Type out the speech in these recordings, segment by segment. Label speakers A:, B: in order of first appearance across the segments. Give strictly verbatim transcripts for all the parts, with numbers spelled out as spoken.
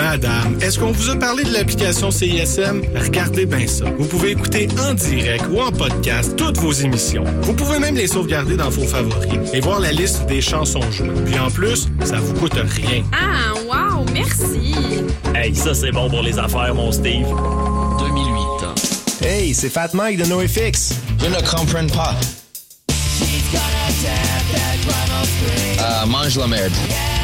A: Madame, est-ce qu'on vous a parlé de l'application C I S M? Regardez bien ça. Vous pouvez écouter en direct ou en podcast toutes vos émissions. Vous pouvez même les sauvegarder dans vos favoris et voir la liste des chansons jouées. Puis en plus, ça vous coûte rien.
B: Ah, wow, merci!
C: Hey, ça c'est bon pour les affaires, mon Steve.
D: deux mille huit.
E: Hey, c'est Fat Mike de NoFX.
D: Je ne comprends pas. Uh, mange la merde.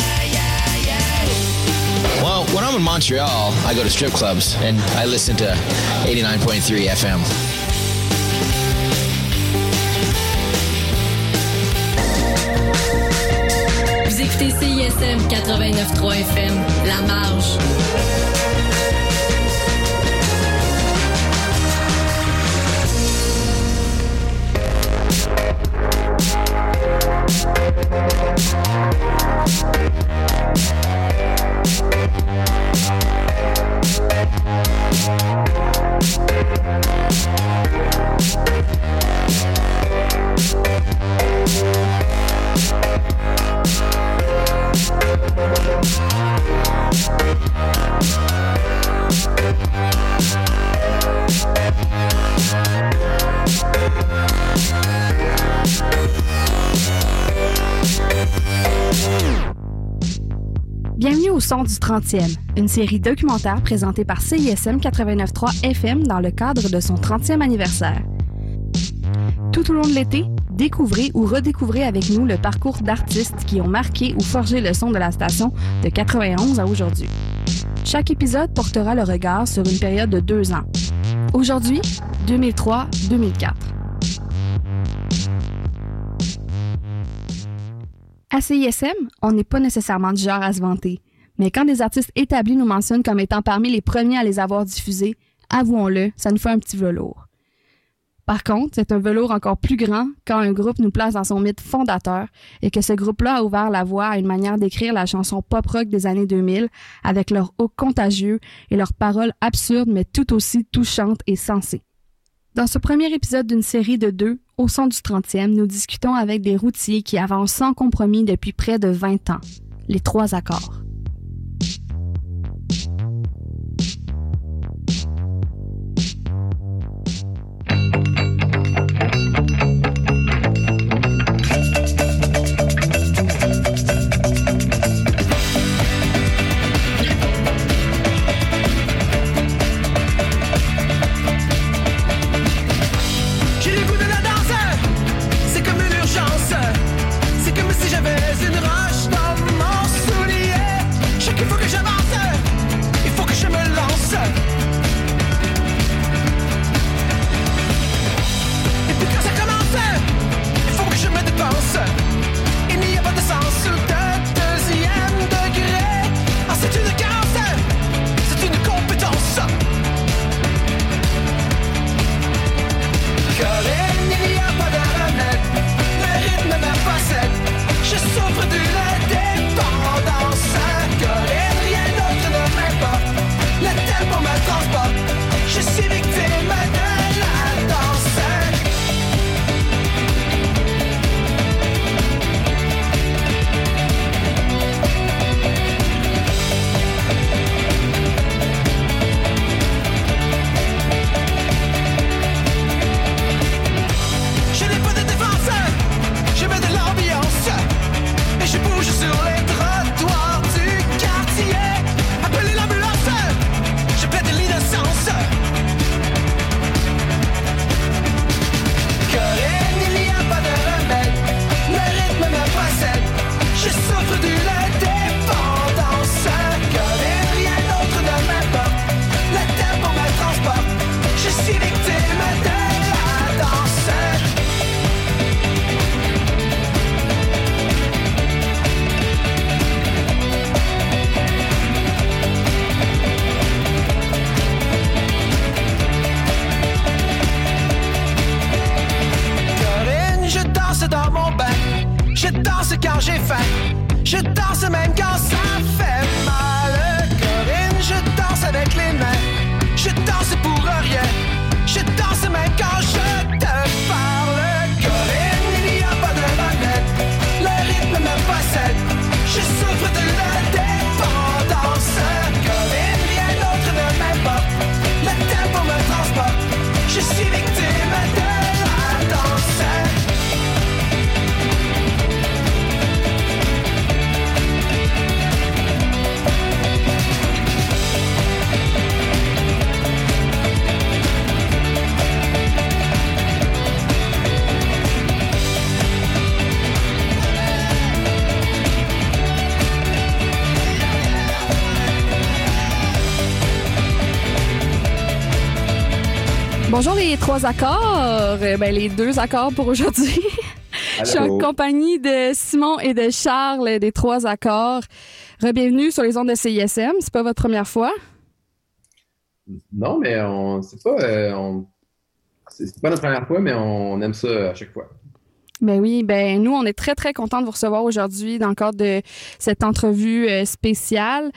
D: Well, when I'm in Montreal, I go to strip clubs and I listen to eighty-nine point three F M.
F: Vous écoutez C I S M quatre-vingt-neuf point trois F M, La Marge.
G: Bienvenue au Son du trentième, une série documentaire présentée par C I S M quatre-vingt-neuf point trois F M dans le cadre de son trentième anniversaire. Tout au long de l'été, découvrez ou redécouvrez avec nous le parcours d'artistes qui ont marqué ou forgé le son de la station de quatre-vingt-onze à aujourd'hui. Chaque épisode portera le regard sur une période de deux ans. Aujourd'hui, deux mille trois à deux mille quatre. À C I S M, on n'est pas nécessairement du genre à se vanter, mais quand des artistes établis nous mentionnent comme étant parmi les premiers à les avoir diffusés, avouons-le, ça nous fait un petit velours. Par contre, c'est un velours encore plus grand quand un groupe nous place dans son mythe fondateur et que ce groupe-là a ouvert la voie à une manière d'écrire la chanson pop-rock des années deux mille avec leur hook contagieux et leurs paroles absurdes mais tout aussi touchantes et sensées. Dans ce premier épisode d'une série de deux, au son du trentième, nous discutons avec des routiers qui avancent sans compromis depuis près de vingt ans. Les trois accords.
H: C'est comme si j'avais une roche dans mon soulier.
G: Bonjour les trois accords, euh, ben les deux accords pour aujourd'hui. Je suis en compagnie de Simon et de Charles des trois accords. Re-bienvenue sur les ondes de C I S M. C'est pas votre première fois?
H: Non, mais on c'est pas euh, on, c'est pas notre première fois, mais on aime ça à chaque fois.
G: Ben oui, ben nous, on est très, très contents de vous recevoir aujourd'hui dans le cadre de cette entrevue euh, spéciale.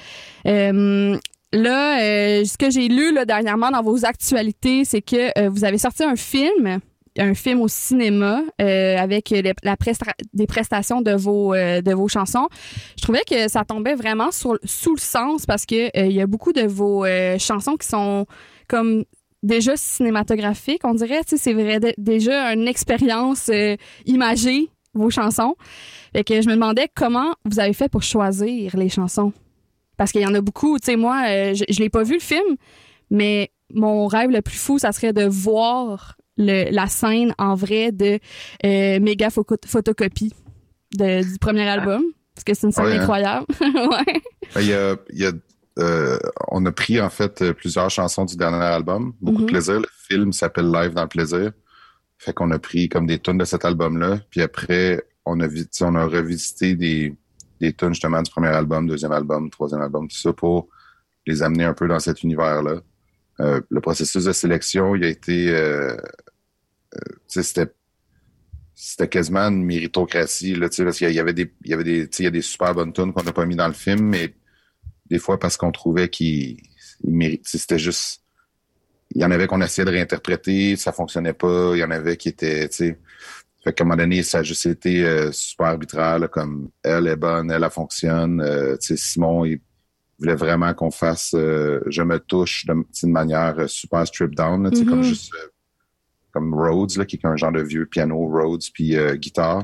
G: Euh, là, euh, ce que j'ai lu là, dernièrement dans vos actualités, c'est que euh, vous avez sorti un film, un film au cinéma euh, avec les, la presta- des prestations de vos euh, de vos chansons. Je trouvais que ça tombait vraiment sur, sous le sens parce que euh, il y a beaucoup de vos euh, chansons qui sont comme déjà cinématographique, on dirait, tu sais, c'est vrai, d- déjà une expérience euh, imagée, vos chansons. Fait que je me demandais comment vous avez fait pour choisir les chansons. Parce qu'il y en a beaucoup, tu sais, moi, euh, je, je l'ai pas vu le film, mais mon rêve le plus fou, ça serait de voir le, la scène en vrai de euh, méga pho- photocopie de, du premier album. Parce que c'est une scène
I: ouais,
G: incroyable. ouais.
I: Il y a, il y a Euh, on a pris en fait plusieurs chansons du dernier album, beaucoup mm-hmm. de plaisir. Le film s'appelle Live dans le plaisir. Fait qu'on a pris comme des tunes de cet album-là. Puis après, on a on a revisité des, des tunes justement du premier album, deuxième album, troisième album, tout ça pour les amener un peu dans cet univers-là. Euh, le processus de sélection, il a été euh, euh, tu sais, c'était c'était quasiment une méritocratie, là, tu sais, parce qu'il y avait des, il y avait des, tu sais, il y a des super bonnes tunes qu'on n'a pas mis dans le film, mais des fois parce qu'on trouvait qu'il mérite. C'était juste... Il y en avait qu'on essayait de réinterpréter, ça fonctionnait pas. Il y en avait qui étaient... T'sais, fait qu'à un moment donné, ça a juste été euh, super arbitraire, là, comme elle est bonne, elle, elle fonctionne. Euh, Simon, il voulait vraiment qu'on fasse euh, Je me touche de, de manière super strip down, là, mm-hmm. comme juste euh, comme Rhodes, là, qui est un genre de vieux piano Rhodes, puis euh, guitare.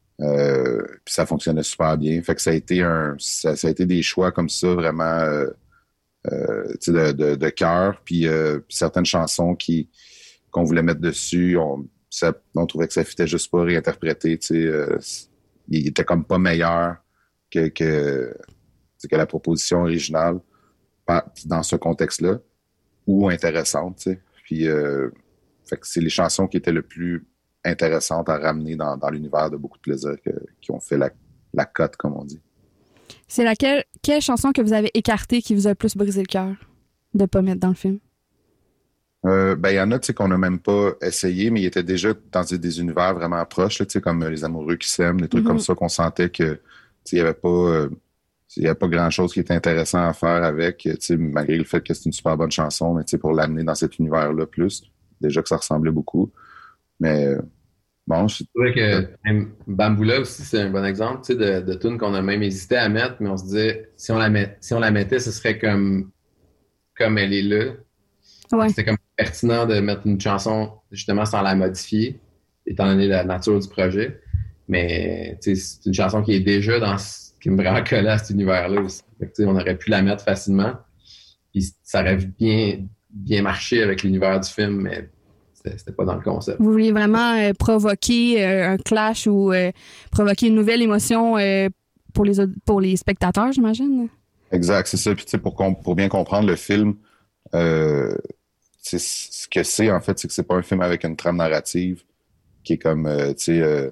I: Euh, puis ça fonctionnait super bien. Fait que ça a été un, ça, ça a été des choix comme ça vraiment, euh, euh, tu sais, de, de, de cœur. Puis, euh, puis certaines chansons qui qu'on voulait mettre dessus, on, ça, on trouvait que ça fitait juste pas réinterpréter. Tu sais, euh, il était comme pas meilleur que que, que la proposition originale dans ce contexte-là, ou intéressante. Tu sais. Puis, euh, fait que c'est les chansons qui étaient le plus intéressante à ramener dans, dans l'univers de beaucoup de plaisir que, qui ont fait la, la cote, comme on dit.
G: C'est laquelle quelle chanson que vous avez écartée qui vous a le plus brisé le cœur de pas mettre dans le film?
I: Euh, ben, il y en a, tu sais, qu'on n'a même pas essayé, mais ils étaient déjà dans des, des univers vraiment proches, tu sais, comme Les amoureux qui s'aiment, des trucs mm-hmm. comme ça qu'on sentait que, tu sais, il y avait pas, euh, il y avait pas grand chose qui était intéressant à faire avec, tu sais, malgré le fait que c'est une super bonne chanson, mais tu sais, pour l'amener dans cet univers-là plus, déjà que ça ressemblait beaucoup. Mais, bon, je
H: trouvais que même Bamboula aussi, c'est un bon exemple, tu sais, de, de tune qu'on a même hésité à mettre, mais on se disait, si on la met, si on la mettait, ce serait comme, comme elle est là.
G: Ouais.
H: C'était comme pertinent de mettre une chanson, justement, sans la modifier, étant donné la nature du projet. Mais, tu sais, c'est une chanson qui est déjà dans, qui est vraiment collée à cet univers-là aussi. Fait que, tu sais, on aurait pu la mettre facilement. Puis ça aurait bien, bien marché avec l'univers du film, mais c'était pas dans le concept.
G: Vous vouliez vraiment euh, provoquer euh, un clash ou euh, provoquer une nouvelle émotion euh, pour les pour les spectateurs, j'imagine?
I: Exact, c'est ça. Puis tu sais, pour, pour bien comprendre le film, euh, ce que c'est, en fait, c'est que c'est pas un film avec une trame narrative qui est comme, euh, tu sais, euh,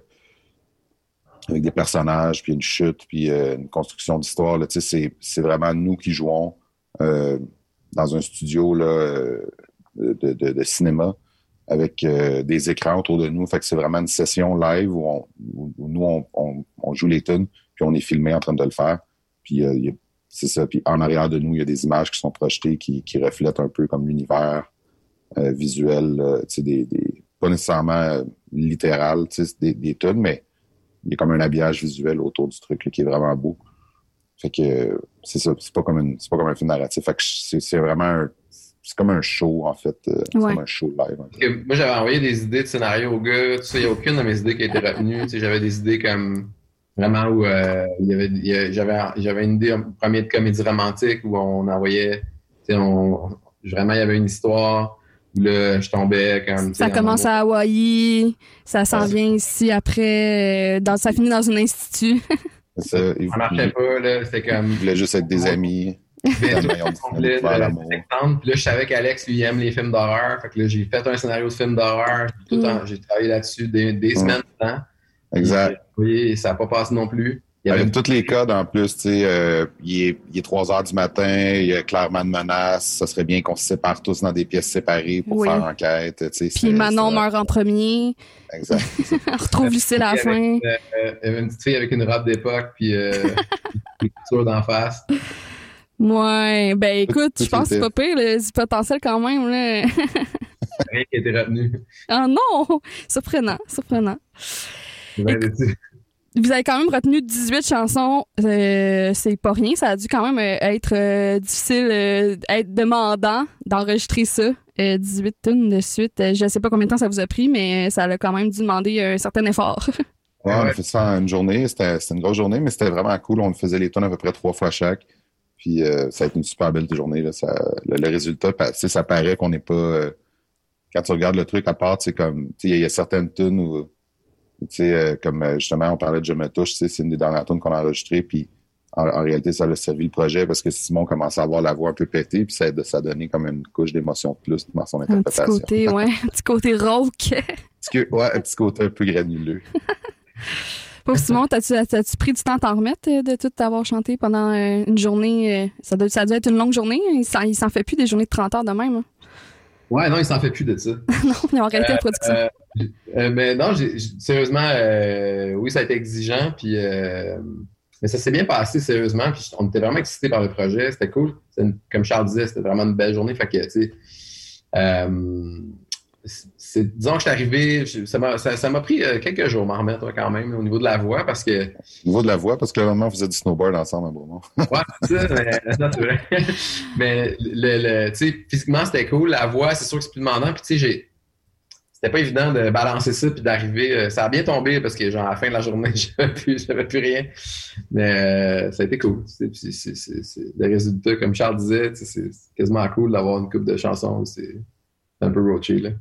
I: avec des personnages, puis une chute, puis euh, une construction d'histoire. Là, tu sais, c'est, c'est vraiment nous qui jouons euh, dans un studio là, euh, de, de, de cinéma, avec euh, des écrans autour de nous. Fait que c'est vraiment une session live où, on, où, où nous, on, on, on joue les tunes, puis on est filmé en train de le faire. Puis euh, y a, c'est ça. Puis en arrière de nous, il y a des images qui sont projetées qui, qui reflètent un peu comme l'univers euh, visuel, euh, tu sais, des, des, pas nécessairement euh, littéral, tu sais, des, des tunes, mais il y a comme un habillage visuel autour du truc là, qui est vraiment beau. Fait que euh, c'est ça, c'est pas comme une, c'est pas comme un film narratif. Fait que c'est, c'est vraiment un, c'est comme un show, en fait. Euh, c'est
G: ouais.
I: comme un show live. En
H: fait. Moi, j'avais envoyé des idées de scénario au gars. Tu sais, il n'y a aucune de mes idées qui a été retenue. Tu sais, j'avais des idées comme vraiment où euh, il y avait, il y avait, j'avais, j'avais une idée, un premier de comédie romantique où on envoyait, tu sais, on, vraiment, il y avait une histoire où là, je tombais comme.
G: Ça commence à Hawaï, ça s'en ouais. vient ici après, dans, ça finit dans un institut.
I: Ça,
H: il, ça marchait pas, là. C'était comme.
I: Il voulait juste être des amis.
H: Mais tout complet de septembre. Puis là, je savais qu'Alex, lui, aime les films d'horreur. Fait que là, j'ai fait un scénario de film d'horreur. Tout mm. en, j'ai travaillé là-dessus des, des mm. semaines de temps.
I: Exact.
H: Oui, ça n'a pas passé non plus.
I: Il y avait tous les codes en plus, tu sais, euh, il est, il est trois heures du matin, il y a clairement une menace, ça serait bien qu'on se sépare tous dans des pièces séparées pour oui. faire enquête, tu sais.
G: Puis Manon meurt en premier.
I: Exact.
G: On retrouve Lucille à la fin.
H: Avec, euh, il y avait une petite fille avec une robe d'époque, puis euh, une couture d'en face.
G: Ouais, ben écoute, je pense que c'est pas pire, le, du potentiel quand même, là.
H: Rien qui a été retenu.
G: Ah non! Surprenant, surprenant.
H: Ben,
G: Vous avez quand même retenu dix-huit chansons, euh, c'est pas rien, ça a dû quand même euh, être euh, difficile, euh, être demandant d'enregistrer ça, euh, dix-huit tunes de suite. Euh, je sais pas combien de temps ça vous a pris, mais ça a quand même dû demander un certain effort.
I: Ouais, on a fait ça en une journée, c'était, c'était une grosse journée, mais c'était vraiment cool, on faisait les tunes à peu près trois fois chaque, puis euh, ça a été une super belle journée, là. Ça, le, le résultat, ça paraît qu'on n'est pas... Euh, quand tu regardes le truc à part, c'est comme, tu sais, il y a certaines tunes où... Tu sais, euh, comme euh, justement, on parlait de Je me touche, tu sais, c'est une des dernières tunes qu'on a enregistrées, puis en, en réalité, ça a servi le projet parce que Simon commençait à avoir la voix un peu pétée, puis ça, ça a donné comme une couche d'émotion de plus dans son interprétation.
G: Un petit côté, ouais, un petit côté rauque.
I: Ouais, un petit côté un peu granuleux.
G: Pauvre Simon, t'as-tu, t'as-tu pris du temps à t'en remettre de tout t'avoir chanté pendant une journée? Ça doit, ça doit être une longue journée, il s'en, il s'en fait plus des journées de trente heures de même. Hein.
H: Ouais, non, il s'en fait plus de ça.
G: Non, il a arrêté la production.
H: Euh, euh, mais non, j'ai, j'ai, sérieusement, euh, oui, ça a été exigeant, puis euh, mais ça s'est bien passé, sérieusement, puis on était vraiment excités par le projet, c'était cool. C'était une, comme Charles disait, c'était vraiment une belle journée, fait que, tu sais, euh, c'est, disons que je suis arrivé, ça m'a, ça, ça m'a pris quelques jours m'en remettre quand même au niveau de la voix, parce que...
I: Au niveau de la voix, parce que le moment on faisait du snowboard ensemble à Bromont.
H: Ouais, c'est ça, mais, non, c'est vrai. Mais, le, le, tu sais, physiquement, c'était cool. La voix, c'est sûr que c'est plus demandant. Puis, tu sais, j'ai... c'était pas évident de balancer ça puis d'arriver... Ça a bien tombé parce que, genre, à la fin de la journée, j'avais plus, j'avais plus rien. Mais euh, ça a été cool. C'est, c'est, c'est, c'est, c'est le résultat, comme Charles disait, c'est, c'est quasiment cool d'avoir une couple de chansons. C'est un peu roachy, là.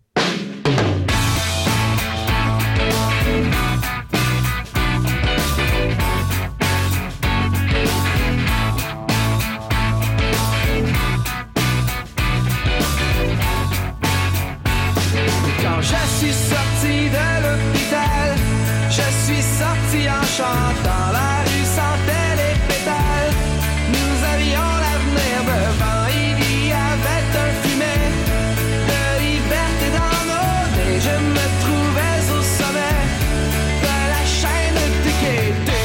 J: Dans la rue sentait les pétales. Nous avions l'avenir devant. Il y avait un fumet de liberté dans nos nez. Je me trouvais au sommet de la chaîne de qualité.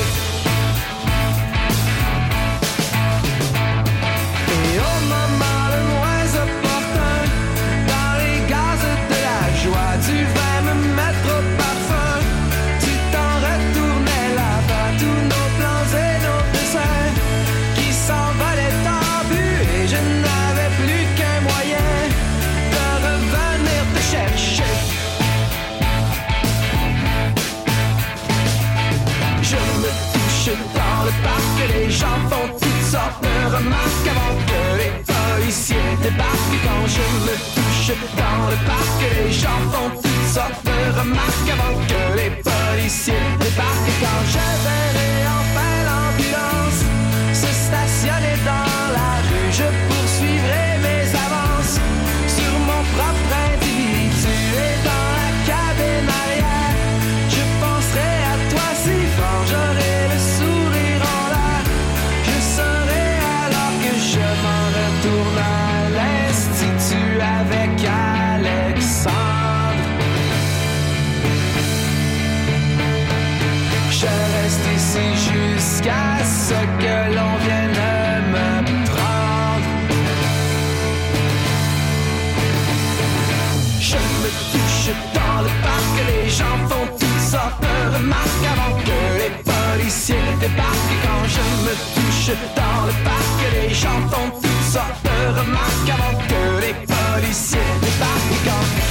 J: Et au moment le moins opportun, dans les gaz de la joie, tu vas me mettre au parfum. Tu t'en retournais tous nos plans et nos dessins qui s'envolaient en but et je n'avais plus qu'un moyen de revenir te chercher. Je me touche dans le parc, les gens font toutes sortes de remarques avant que les policiers débarquent. Quand je me touche dans le parc, les gens font toutes sortes de remarques avant que les policiers débarquent. Quand je verrai enfin l'ambulance se stationner dans la rue, je poursuivrai mes avances sur mon propre individu. Et dans la cabine arrière, je penserai à toi si fort, j'aurai le sourire en l'air. Je saurai alors que je m'en retourne à l'Institut avec Alexandre. Je reste ici jusqu'à ce que l'on vienne me prendre. Je me touche dans le parc, les gens font toutes sortes de remarques avant que les policiers débarquent. Quand je me touche dans le parc, les gens font toutes sortes de remarques avant que les policiers débarquent. Quand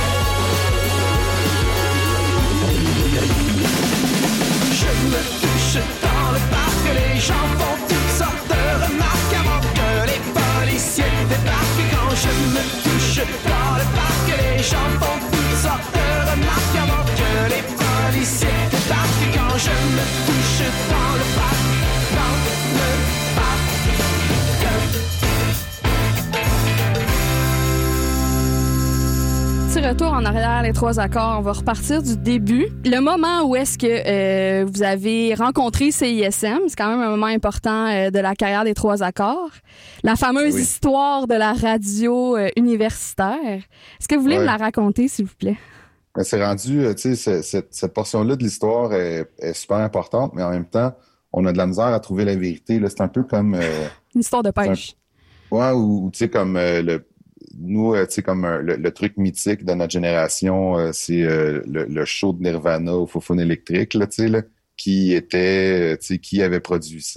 J: je me touche touche dans le parc, les gens font toutes sortes de remarques avant que les policiers débarquent. Et quand je me touche dans le parc, les gens font toutes sortes de remarques avant que les policiers débarquent. Et quand je me touche dans le parc, dans le parc.
G: Petit retour en arrière, les trois accords. On va repartir du début. Le moment où est-ce que euh, vous avez rencontré C I S M, c'est quand même un moment important euh, de la carrière des trois accords. La fameuse
I: Oui.
G: histoire de la radio euh, universitaire. Est-ce que vous voulez
I: Ouais.
G: me la raconter, s'il vous plaît?
I: Ben, c'est rendu, euh, tu sais, c'est- cette, cette portion-là de l'histoire est, est super importante, mais en même temps, on a de la misère à trouver la vérité. Là. C'est un peu comme... euh,
G: Une histoire de pêche.
I: Ouais, ou tu sais, comme euh, le nous, euh, tu sais, comme euh, le, le truc mythique de notre génération, euh, c'est euh, le, le show de Nirvana au Fofone électrique, là, tu sais, là, qui était, euh, tu sais, qui avait produit ça,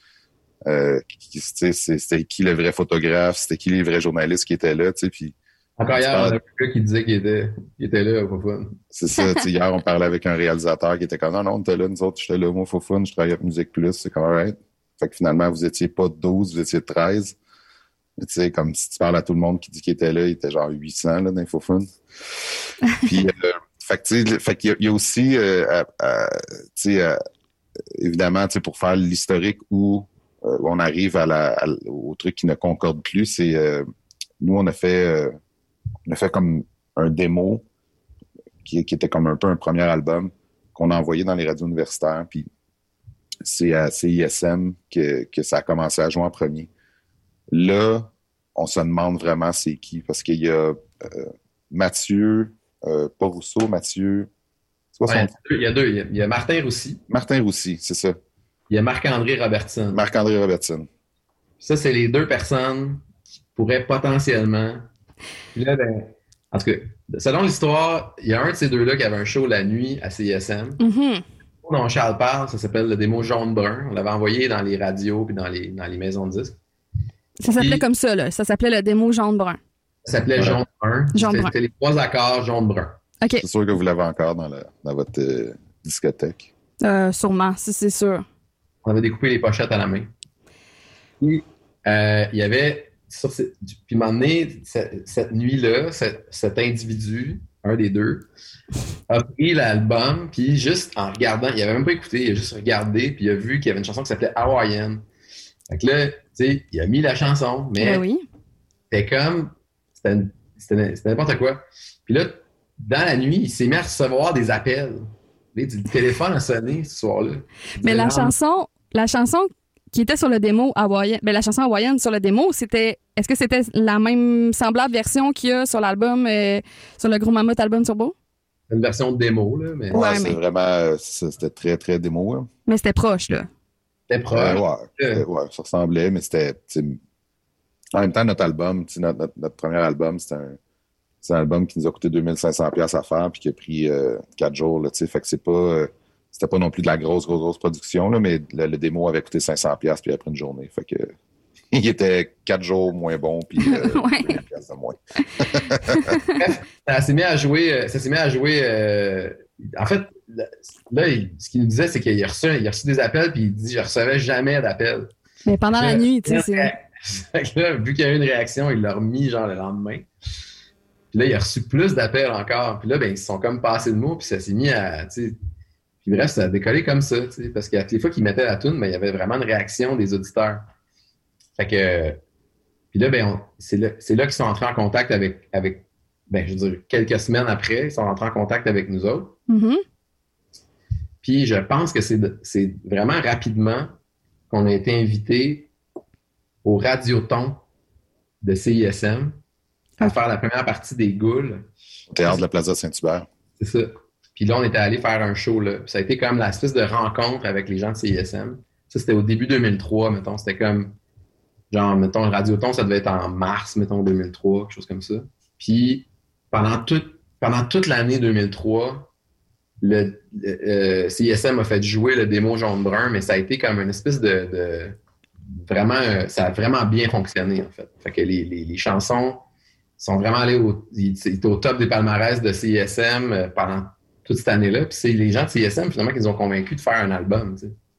I: euh, qui, tu sais, c'est- c'était qui le vrai photographe, c'était qui les vrais journalistes qui étaient là, tu sais, puis
H: Encore hier,
I: parle-
H: on a un gars qui disait qu'il était, qu'il était là au Fofone.
I: c'est ça, tu sais, hier, on parlait avec un réalisateur qui était comme, non, non, on était là, nous autres, j'étais là, moi, au Fofone, je travaillais avec Musique Plus, c'est comme, alright. Fait que finalement, vous étiez pas douze, vous étiez treize. Mais tu sais, comme si tu parles à tout le monde qui dit qu'il était là, il était genre huit cents là, dans l'Infophone. Puis, euh, fait que tu sais, fait qu'il y a, il y a aussi, euh, à- à- tu sais, euh, évidemment, tu sais, pour faire l'historique où euh, on arrive à la, à l- au truc qui ne concorde plus, c'est euh, nous, on a fait, euh, on a fait comme un démo qui, qui était comme un peu un premier album qu'on a envoyé dans les radios universitaires. Puis c'est à C I S M que, que ça a commencé à jouer en premier. Là, on se demande vraiment c'est qui, parce qu'il y a euh, Mathieu, euh, pas Rousseau, Mathieu. C'est quoi son
H: Ouais,
I: nom?
H: il y a deux. Il y a, il y a Martin Roussy.
I: Martin Roussy, c'est ça.
H: Il y a Marc-André Robertson.
I: Marc-André Robertson.
H: Ça, c'est les deux personnes qui pourraient potentiellement. Puis là, ben, en tout cas, selon l'histoire, il y a un de ces deux-là qui avait un show la nuit à C I S M.
G: Mhm.
H: Dont Charles parle, ça s'appelle le démo jaune-brun. On l'avait envoyé dans les radios puis dans les, dans les maisons de disques.
G: Ça s'appelait
H: Puis-
G: comme ça, là. Ça s'appelait le démo jaune-brun.
H: Ça s'appelait
I: Ouais.
H: jaune-brun.
G: Jaune-brun.
H: C'était les trois accords jaune-brun.
G: OK.
I: C'est sûr que vous l'avez encore dans, la, dans votre euh, discothèque.
G: Euh, sûrement, ça, c'est sûr.
H: On avait découpé les pochettes à la main. Puis, euh, il y avait, sur ce- puis, à un moment donné, cette, cette nuit-là, cet, cet individu, un des deux, a pris l'album, puis juste en regardant, il avait même pas écouté, il a juste regardé, puis il a vu qu'il y avait une chanson qui s'appelait Hawaiian. Fait que là, tu sais, il a mis la chanson, mais
G: Ben oui.
H: c'était comme, c'était une- c'était c'était n'importe quoi. Puis là, dans la nuit, il s'est mis à recevoir des appels. Tu sais, Le téléphone a sonné ce soir-là. Il
G: Mais
H: disait,
G: la
H: non,
G: chanson, la chanson qui était sur le démo hawaïen, ben la chanson hawaïenne sur le démo, c'était, est-ce que c'était la même semblable version qu'il y a sur l'album, euh, sur le Gros Mammouth album Turbo?
H: C'est une version démo, là, mais
G: Ouais,
I: Ouais, c'est
G: mais-
I: vraiment, euh, ça, c'était très, très démo. Hein.
G: Mais c'était proche, là.
H: c'était
I: Ouais,
H: proche.
I: ouais, c'était- ouais, ça ressemblait, mais c'était, tu sais, en même temps, notre album, tu sais, notre, notre, notre premier album, c'était un, c'est un album qui nous a coûté deux mille cinq cents dollars à faire, puis qui a pris euh, quatre jours, là, tu sais, fait que c'est pas, euh, c'était pas non plus de la grosse, grosse, grosse production, là, mais le, le démo avait coûté cinq cents dollars, puis après une journée, fait que il était quatre jours moins bon, puis euh,
G: Ouais.
I: deux mille dollars de moins.
H: Bref, ça s'est mis à jouer. euh, Ça s'est mis à jouer. euh, En fait, là, il- ce qu'il nous disait, c'est qu'il a reçu, il a reçu des appels, puis il dit je recevais jamais d'appels.
G: Mais pendant la
H: Là,
G: nuit, tu sais, c'est...
H: Fait que là, vu qu'il y a eu une réaction, il l'a remis genre le lendemain. Puis là, il a reçu plus d'appels encore. Puis là, ben, ils se sont comme passés de mots, puis ça s'est mis à. tu sais, Puis bref, ça a décollé comme ça, tu sais, parce qu'à toutes les fois qu'ils mettaient la toune, ben, il y avait vraiment une réaction des auditeurs. Fait que. Puis là, ben, on- c'est là, c'est là qu'ils sont entrés en contact avec, avec. Ben, je veux dire, quelques semaines après, ils sont entrés en contact avec nous autres.
G: Mhm.
H: Puis je pense que c'est de- c'est vraiment rapidement qu'on a été invités au Radioton de C I S M à faire la première partie des Goules.
I: Au théâtre de la Plaza Saint-Hubert.
H: C'est ça. Puis là, on était allé faire un show là. Puis ça a été comme l'espèce de rencontre avec les gens de C I S M. Ça, c'était au début deux mille trois, mettons. C'était comme, genre, mettons, le Radioton, ça devait être en mars, mettons, deux mille trois, quelque chose comme ça. Puis pendant, tout, pendant toute l'année deux mille trois, le, le euh, C I S M a fait jouer le démo jaune-brun, mais ça a été comme une espèce de... de vraiment, euh, ça a vraiment bien fonctionné, en fait. Fait que les, les, les chansons sont vraiment allées au, ils étaient au top des palmarès de C I S M euh, pendant toute cette année-là. Puis c'est les gens de C I S M, finalement, qui nous ont convaincus de faire un album, tu sais.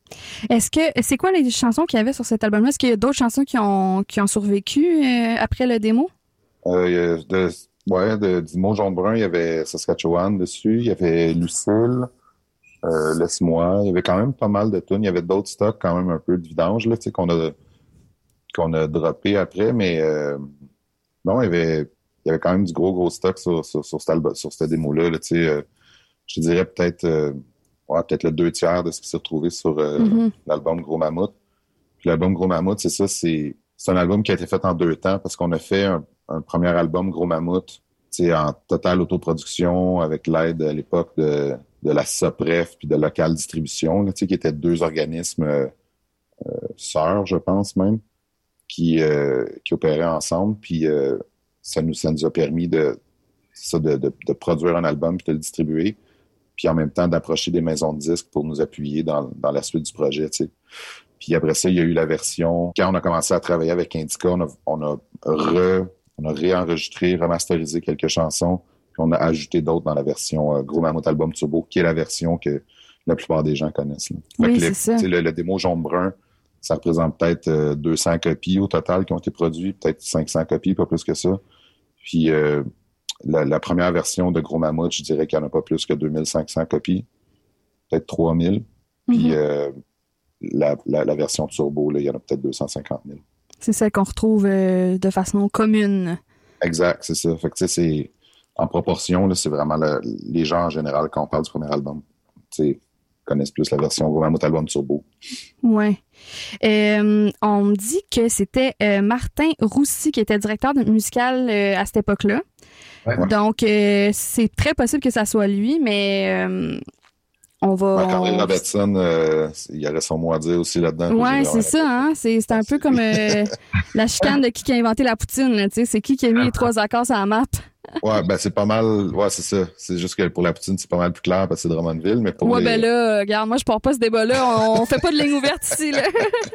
G: Est-ce que c'est quoi les chansons qu'il y avait sur cet album-là? Est-ce qu'il y a d'autres chansons qui ont qui ont survécu euh, après le démo?
I: Euh, de, ouais, de, du mot jaune-brun, il y avait Saskatchewan dessus, il y avait Lucille, euh, Laisse-moi. Il y avait quand même pas mal de tunes. Il y avait d'autres stocks, quand même un peu de vidange, là, tu sais, qu'on a qu'on a droppé après, mais euh, non, il y avait il y avait quand même du gros, gros stock sur, sur, sur, cet album, sur cette démo-là, là, tu sais. Euh, je dirais peut-être euh, ouais, peut-être le deux tiers de ce qui s'est retrouvé sur euh, mm-hmm. l'album Gros Mammouth. Puis l'album Gros Mammouth, c'est ça, c'est, c'est un album qui a été fait en deux temps parce qu'on a fait un, un premier album Gros Mammouth, tu sais, en totale autoproduction avec l'aide à l'époque de, de la SOPREF puis de Local Distribution, tu sais, qui étaient deux organismes euh, euh, sœurs, je pense même, qui, euh, qui opéraient ensemble. Puis euh, ça nous, ça nous a permis de, ça, de, de, de produire un album puis de le distribuer. Puis en même temps d'approcher des maisons de disques pour nous appuyer dans, dans la suite du projet, tu sais. Puis après ça, il y a eu la version... Quand on a commencé à travailler avec Indica, on a, on a, re, on a réenregistré, remasterisé quelques chansons, puis on a ajouté d'autres dans la version euh, Gros Mammouth Album Turbo, qui est la version que la plupart des gens connaissent. Là.
G: Oui,
I: fait
G: c'est
I: les,
G: ça.
I: Le, le démo jaune-brun, ça représente peut-être euh, deux cents copies au total qui ont été produites, peut-être cinq cents copies, pas plus que ça. Puis... Euh, La, la première version de Gros Mammouth, je dirais qu'il n'y en a pas plus que deux mille cinq cents copies, peut-être trois mille. Puis mm-hmm. euh, la, la, la version Turbo, là, il y en a peut-être deux cent cinquante mille. C'est
G: celle qu'on retrouve euh, de façon commune.
I: Exact, c'est ça. Fait que tu sais, c'est en proportion, là, c'est vraiment le, les gens en général, quand on parle du premier album, tu sais, connaissent plus la version Gros Mammouth Album Turbo.
G: Ouais. Euh, on me dit que c'était euh, Martin Roussy qui était directeur musical euh, à cette époque-là. Ouais, ouais. Donc, euh, c'est très possible que ça soit lui, mais euh, on va...
I: Marc-André
G: on...
I: Robertson, euh, il y aurait son mot à dire aussi là-dedans.
G: Oui, c'est ça. Hein? C'est, c'est un peu comme euh, la chicane de qui, qui a inventé la poutine. Là, c'est qui qui a mis les trois accords sur la map.
I: Ouais, ben c'est pas mal... Ouais, c'est ça. C'est juste que pour la poutine, c'est pas mal plus clair parce que c'est Drummondville, mais pour
G: Ouais,
I: les...
G: ben là, regarde, moi, je pars pas ce débat-là. On, on fait pas de ligne ouverte ici, là.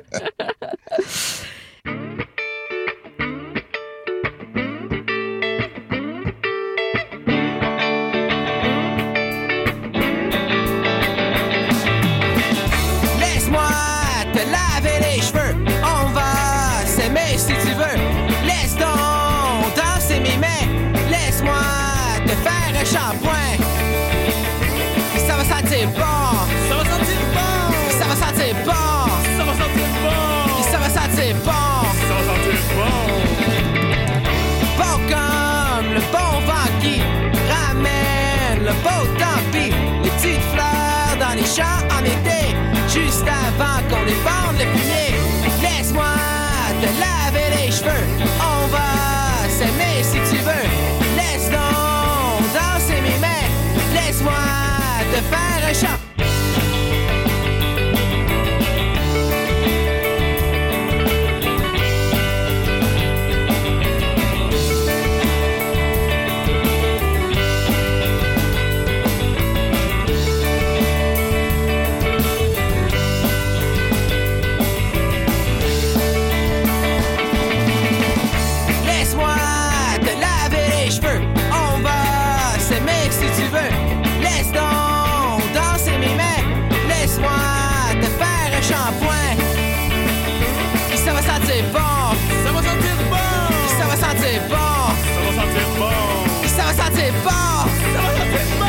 J: Shampoing. Ça va sentir bon. Ça va sentir bon. Ça va sentir bon. Ça va sentir bon. Ça va sentir bon. Ça va sentir bon. Bon comme le bon vent qui ramène le beau tant pis. Les petites fleurs dans les champs en été, juste avant qu'on les bande le fumier. Laisse-moi te laver les cheveux. On va s'aimer si tu veux. Laisse donc danser mes mains, laisse-moi te faire un chant. Laisse-moi te laver les cheveux. On va s'aimer si tu veux. Laisse donc danser mes mains. Laisse-moi te faire un shampoing. Et ça va sentir bon. Ça va sentir bon. Et ça va sentir bon. Ça va sentir bon. Et ça va sentir bon. Ça va sentir bon.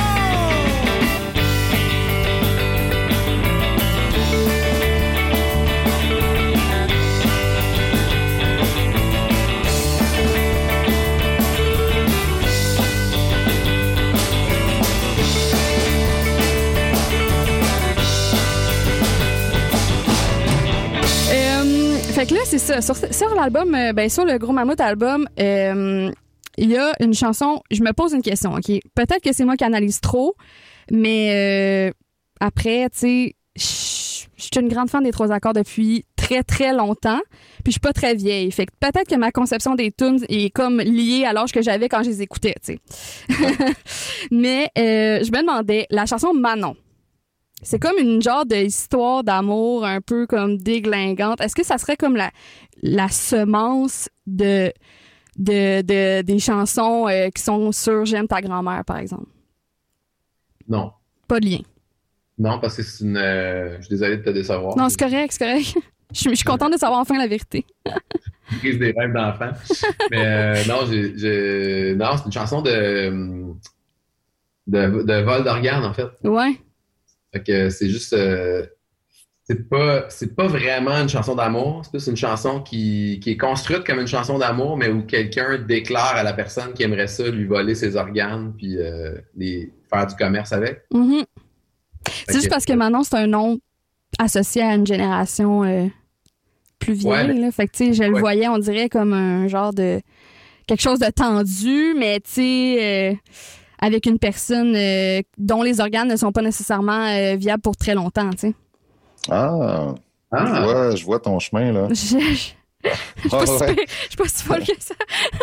G: Fait que là, c'est ça. Sur, sur l'album, euh, ben, sur le Gros Mammouth album, euh, il y a une chanson. Je me pose une question, OK? Peut-être que c'est moi qui analyse trop, mais euh, après, tu sais, je suis une grande fan des trois accords depuis très, très longtemps. Puis je suis pas très vieille. Fait que peut-être que ma conception des tunes est comme liée à l'âge que j'avais quand je les écoutais, tu sais. Mais euh, je me demandais, la chanson Manon. C'est comme une genre d'histoire d'amour un peu comme déglingante. Est-ce que ça serait comme la, la semence de, de, de, des chansons euh, qui sont sur J'aime ta grand-mère, par exemple?
H: Non.
G: Pas de lien?
H: Non, parce que c'est une... Euh, je suis désolé de te décevoir.
G: Non, c'est correct, c'est correct. Je suis, je suis contente de savoir enfin la vérité.
H: Prise des rêves d'enfant. Mais euh, non, j'ai, j'ai... non, c'est une chanson de... de, de vol d'organes, en fait.
G: Ouais.
H: Fait que c'est juste... Euh, c'est pas, c'est pas vraiment une chanson d'amour. C'est plus une chanson qui, qui est construite comme une chanson d'amour, mais où quelqu'un déclare à la personne qui aimerait ça lui voler ses organes puis euh, les, faire du commerce avec.
G: Mm-hmm. C'est juste parce que Manon, c'est un nom associé à une génération euh, plus vieille. Ouais, là. Fait que, tu sais, je ouais. le voyais, on dirait, comme un genre de... quelque chose de tendu, mais, tu sais, euh, avec une personne euh, dont les organes ne sont pas nécessairement euh, viables pour très longtemps, tu sais.
I: Ah! ah. Je, vois, je vois ton chemin, là. Je ne suis
G: pas, ouais. pas si folle que ça.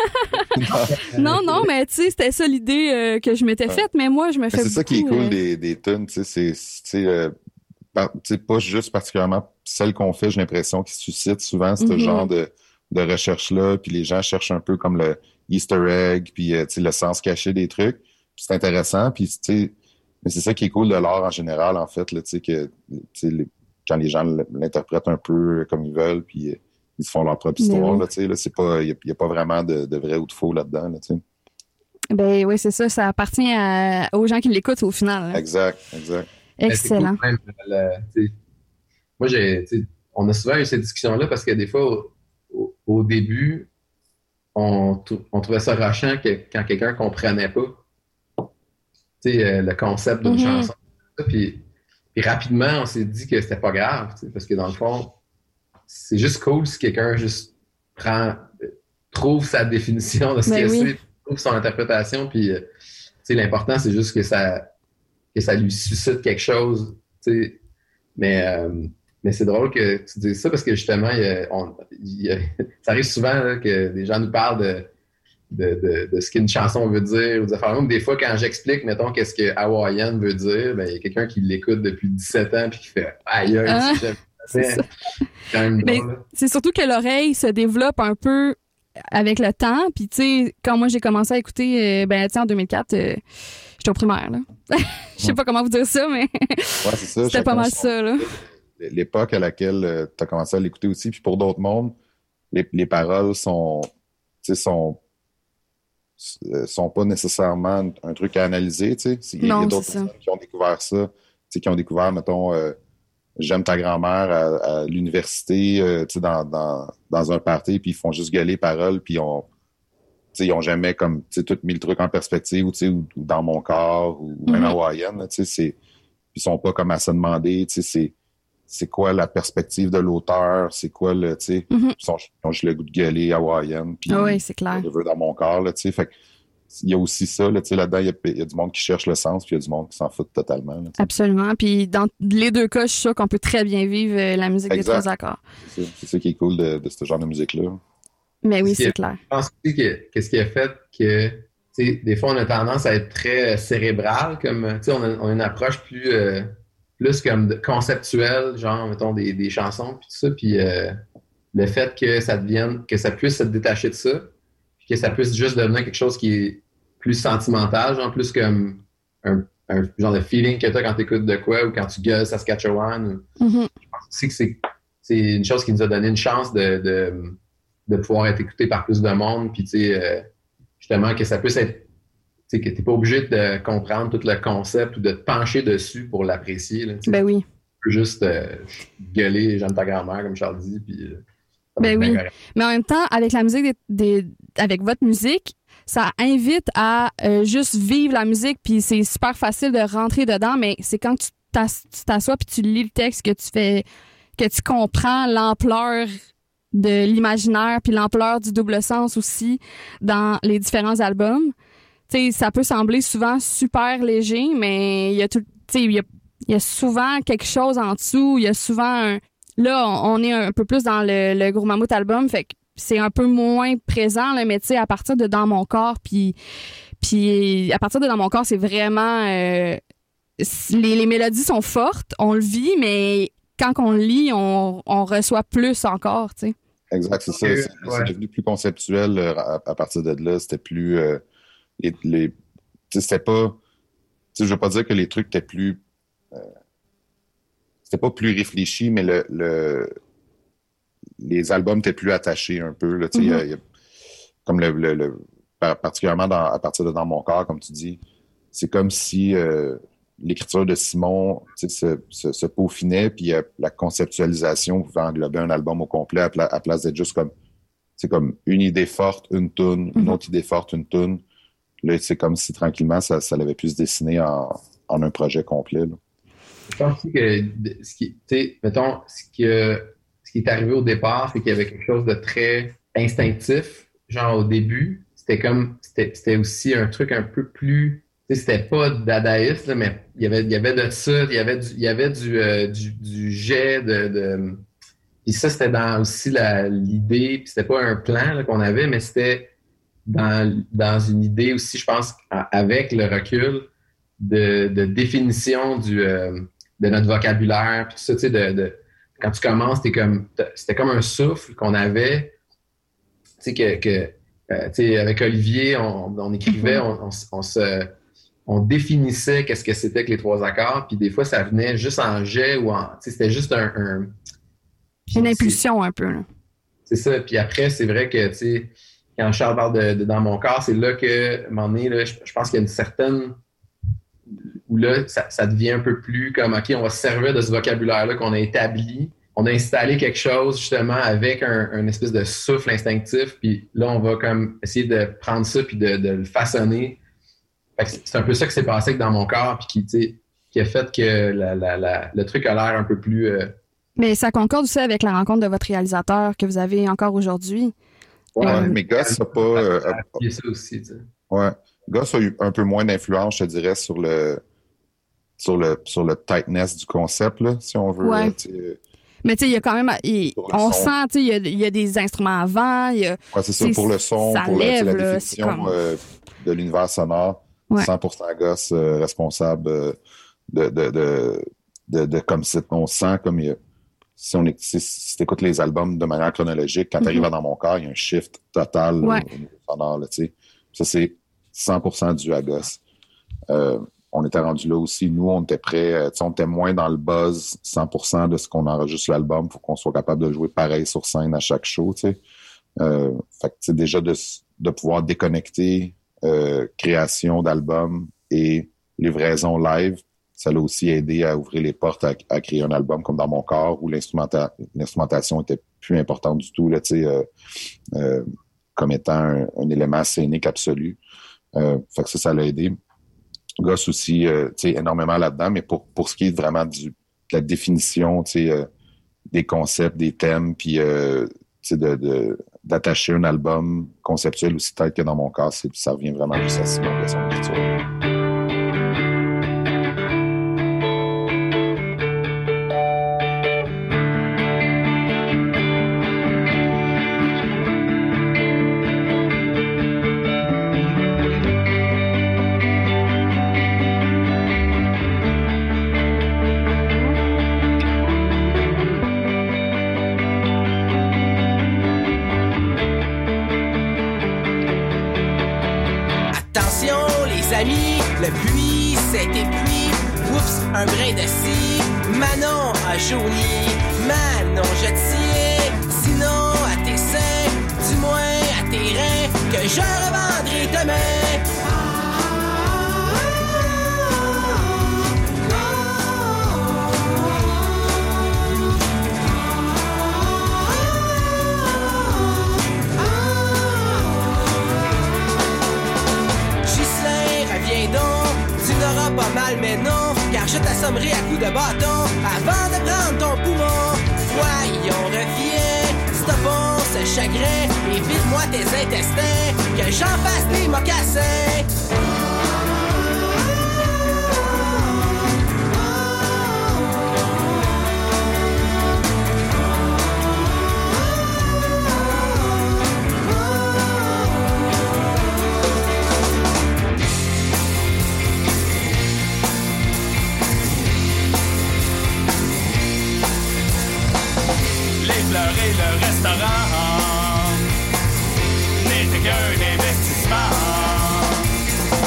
G: non, non, mais tu sais, c'était ça l'idée euh, que je m'étais faite, mais moi, je me fais.
I: C'est ça qui est cool
G: euh...
I: des, des tunes, tu sais, c'est euh, pas juste particulièrement celles qu'on fait, j'ai l'impression, qui suscitent souvent ce mm-hmm. genre de, de recherche-là, puis les gens cherchent un peu comme le Easter egg, puis euh, le sens caché des trucs, puis c'est intéressant, puis tu sais, mais c'est ça qui est cool de l'art en général, en fait, tu sais, que les, quand les gens l'interprètent un peu comme ils veulent, puis euh, ils se font leur propre histoire, oui. là, tu sais, là, c'est pas, il n'y a, a pas vraiment de, de vrai ou de faux là-dedans, là, tu sais.
G: Ben oui, c'est ça, ça appartient à, aux gens qui l'écoutent au final. Là.
I: Exact, exact.
G: Excellent.
H: Cool, même, la, moi, j'ai, on a souvent eu cette discussion-là parce que des fois, au, au, au début, on, on trouvait ça rachant que, quand quelqu'un ne comprenait pas euh, le concept d'une mm-hmm. chanson. Puis, puis rapidement, on s'est dit que c'était pas grave, parce que dans le fond, c'est juste cool si quelqu'un juste prend, trouve sa définition de ce ben qu'il oui. sait, trouve son interprétation, puis euh, l'important, c'est juste que ça, que ça lui suscite quelque chose. T'sais. Mais, euh, mais c'est drôle que tu dises ça parce que justement, il y a, on, il y a, ça arrive souvent là, que des gens nous parlent de, de, de, de ce qu'une chanson veut dire. Ou des, affaires. Des fois, quand j'explique, mettons, qu'est-ce que Hawaiian veut dire, ben, il y a quelqu'un qui l'écoute depuis dix-sept ans puis qui fait « Aïe, aïe, ah, c'est quand même drôle. »
G: C'est surtout que l'oreille se développe un peu avec le temps. Puis, tu sais, quand moi, j'ai commencé à écouter, euh, ben, tu sais, en deux mille quatre, euh, j'étais au primaire, là. Je sais pas comment vous dire ça, mais ouais, c'était pas mal ça, là.
I: L'époque à laquelle euh, tu as commencé à l'écouter aussi, puis pour d'autres mondes, les, les paroles sont, tu sais, sont, sont pas nécessairement un truc à analyser, tu sais. Il y a, a d'autres personnes qui ont découvert ça, tu sais, qui ont découvert, mettons, euh, j'aime ta grand-mère à, à l'université, euh, tu sais, dans, dans, dans un party, puis ils font juste gueuler paroles, puis on, tu sais, ils ont jamais comme, tu sais, tout mis le truc en perspective, ou tu sais, ou, ou dans mon corps, ou mm-hmm. même hawaïenne, tu sais, c'est, ils sont pas comme à se demander, tu sais, c'est, c'est quoi la perspective de l'auteur, c'est quoi le, tu sais, mm-hmm. ils sont, ils ont juste le goût de gueuler hawaïenne, puis
G: oui, c'est clair.
I: Je veux dans mon corps, là, tu sais, fait il y a aussi ça, là, tu sais, là-dedans, il y, y a du monde qui cherche le sens, puis il y a du monde qui s'en fout totalement. Là,
G: absolument, puis dans les deux cas, je suis sûre qu'on peut très bien vivre euh, la musique exact. Des trois accords.
I: C'est ça, c'est ça qui est cool de, de ce genre de musique-là.
G: Mais oui, c'est
H: a,
G: clair.
H: Je pense aussi que qu'est-ce qui a fait que, tu sais, des fois, on a tendance à être très cérébral, comme, tu sais, on, on a une approche plus... Euh, plus comme de, conceptuel, genre, mettons, des, des chansons, puis tout ça, puis euh, le fait que ça devienne, que ça puisse se détacher de ça, puis que ça puisse juste devenir quelque chose qui est plus sentimental, genre plus comme un, un genre de feeling que tu as quand tu écoutes de quoi, ou quand tu gueules Saskatchewan. Ou, mm-hmm. Je pense aussi que c'est, c'est une chose qui nous a donné une chance de, de, de pouvoir être écouté par plus de monde, puis tu sais, euh, justement, que ça puisse être tu sais, que t'es pas obligé de comprendre tout le concept ou de te pencher dessus pour l'apprécier. Là,
G: ben oui.
H: Tu peux juste euh, gueuler j'aime ta grand-mère, comme Charles dit. Puis, euh,
G: ben oui. Mais en même temps, avec la musique, des, des, avec votre musique, ça invite à euh, juste vivre la musique, puis c'est super facile de rentrer dedans, mais c'est quand tu, t'as, tu t'assois puis tu lis le texte que tu fais, que tu comprends l'ampleur de l'imaginaire puis l'ampleur du double sens aussi dans les différents albums. Tu sais, ça peut sembler souvent super léger, mais il y a tout, tu sais, il y a, il y a souvent quelque chose en dessous. Il y a souvent un, là, on, on est un peu plus dans le, le Gros Mammouth album, fait que c'est un peu moins présent, là, mais tu sais, à partir de Dans mon corps, puis, puis à partir de Dans mon corps, c'est vraiment, euh, les, les mélodies sont fortes, on le vit, mais quand on le lit, on, on reçoit plus encore, tu sais.
I: Exact, c'est ça. C'est, ouais. c'est devenu plus conceptuel à, à partir de là. C'était plus... Euh, les, les, c'était pas... Je veux pas dire que les trucs étaient plus... Euh, c'était pas plus réfléchi, mais le, le les albums étaient plus attachés un peu. Là, mm-hmm. y a, y a, comme le, le, le particulièrement dans, à partir de Dans mon corps, comme tu dis, c'est comme si euh, l'écriture de Simon se, se, se peaufinait, puis euh, la conceptualisation pouvait englober un album au complet à, pla- à place d'être juste comme c'est comme une idée forte, une toune, mm-hmm. une autre idée forte, une toune. Là, c'est comme si tranquillement, ça, ça l'avait pu se dessiner en, en un projet complet. Là.
H: Je pense aussi que ce qui, mettons, ce, que, ce qui est arrivé au départ, c'est qu'il y avait quelque chose de très instinctif. Genre au début, c'était comme c'était, c'était aussi un truc un peu plus. C'était pas dadaïste, là, mais il y avait, il y avait de ça, il y avait du, il y avait du, euh, du, du jet de. de puis ça, c'était dans aussi la, l'idée, puis c'était pas un plan là, qu'on avait, mais c'était dans, dans une idée aussi, je pense, avec le recul de, de définition du, euh, de notre vocabulaire, puis tout ça, tu sais, de, de, quand tu commences, t'es comme, c'était comme un souffle qu'on avait, tu sais, que, que euh, tu sais, avec Olivier, on, on écrivait, on, on, on se, on définissait qu'est-ce que c'était que les trois accords, puis des fois, ça venait juste en jet ou en, tu sais, c'était juste un... un
G: une impulsion un peu, là.
H: C'est ça, puis après, c'est vrai que, tu sais, quand Charles parle de, de Dans mon corps, c'est là que, à un moment donné, là, je, je pense qu'il y a une certaine... où là, ça, ça devient un peu plus comme, OK, on va se servir de ce vocabulaire-là qu'on a établi. On a installé quelque chose, justement, avec un, un espèce de souffle instinctif. Puis là, on va comme essayer de prendre ça puis de, de le façonner. Fait que c'est un peu ça qui s'est passé Dans mon corps puis qui, tu sais, qui a fait que la, la, la, le truc a l'air un peu plus... Euh...
G: Mais ça concorde aussi avec la rencontre de votre réalisateur que vous avez encore aujourd'hui.
I: Ouais, euh, mais Goss n'a pas... Euh,
H: a... ça aussi, tu sais.
I: Ouais. Goss a eu un peu moins d'influence, je te dirais, sur le sur le sur le tightness du concept, là, si on veut.
G: Ouais.
I: Là,
G: mais tu sais, il y a quand même... Il, on son. sent, tu sais, il, il y a des instruments avant. Il y a,
I: ouais, c'est ça, pour le son, pour lève, la, la définition comme... euh, de l'univers sonore. Ouais. cent pour cent Goss euh, responsable euh, de, de, de, de, de comme si on sent comme il y a, si on est, si, si tu écoutes les albums de manière chronologique, quand mm-hmm. tu arrives à Dans mon corps, il y a un shift total
G: ouais.
I: au niveau sonore. Là, t'sais. Ça, c'est cent pour cent dû à Goss. Euh, on était rendu là aussi. Nous, on était prêts, on était moins dans le buzz cent pour cent de ce qu'on enregistre l'album. Il faut qu'on soit capable de jouer pareil sur scène à chaque show. Euh, fait que déjà de, de pouvoir déconnecter euh, création d'album et livraison live, ça l'a aussi aidé à ouvrir les portes à, à créer un album comme Dans mon corps où l'instrumenta- l'instrumentation était plus importante du tout là, euh, euh, comme étant un, un élément scénique absolu. Euh, fait que ça, ça l'a aidé. Goss aussi, euh, tu sais, énormément là-dedans, mais pour, pour ce qui est vraiment du, de la définition, tu sais, euh, des concepts, des thèmes, puis, euh, tu sais, de, de, d'attacher un album conceptuel aussi tête que Dans mon corps, c'est, ça revient vraiment juste à Simon de son écriture.
J: Le puits s'est épuis, oups, un brin de scie. Manon a jauni, Manon je tiens. Sinon à tes seins, du moins à tes reins, que je revendrai demain. Pas mal mais non, car je t'assommerai à coups de bâton avant de prendre ton poumon. Voyons, reviens, stoppons ce chagrin et vide-moi tes intestins, que j'en fasse des mocassins.
K: Et le restaurant n'était qu'un investissement.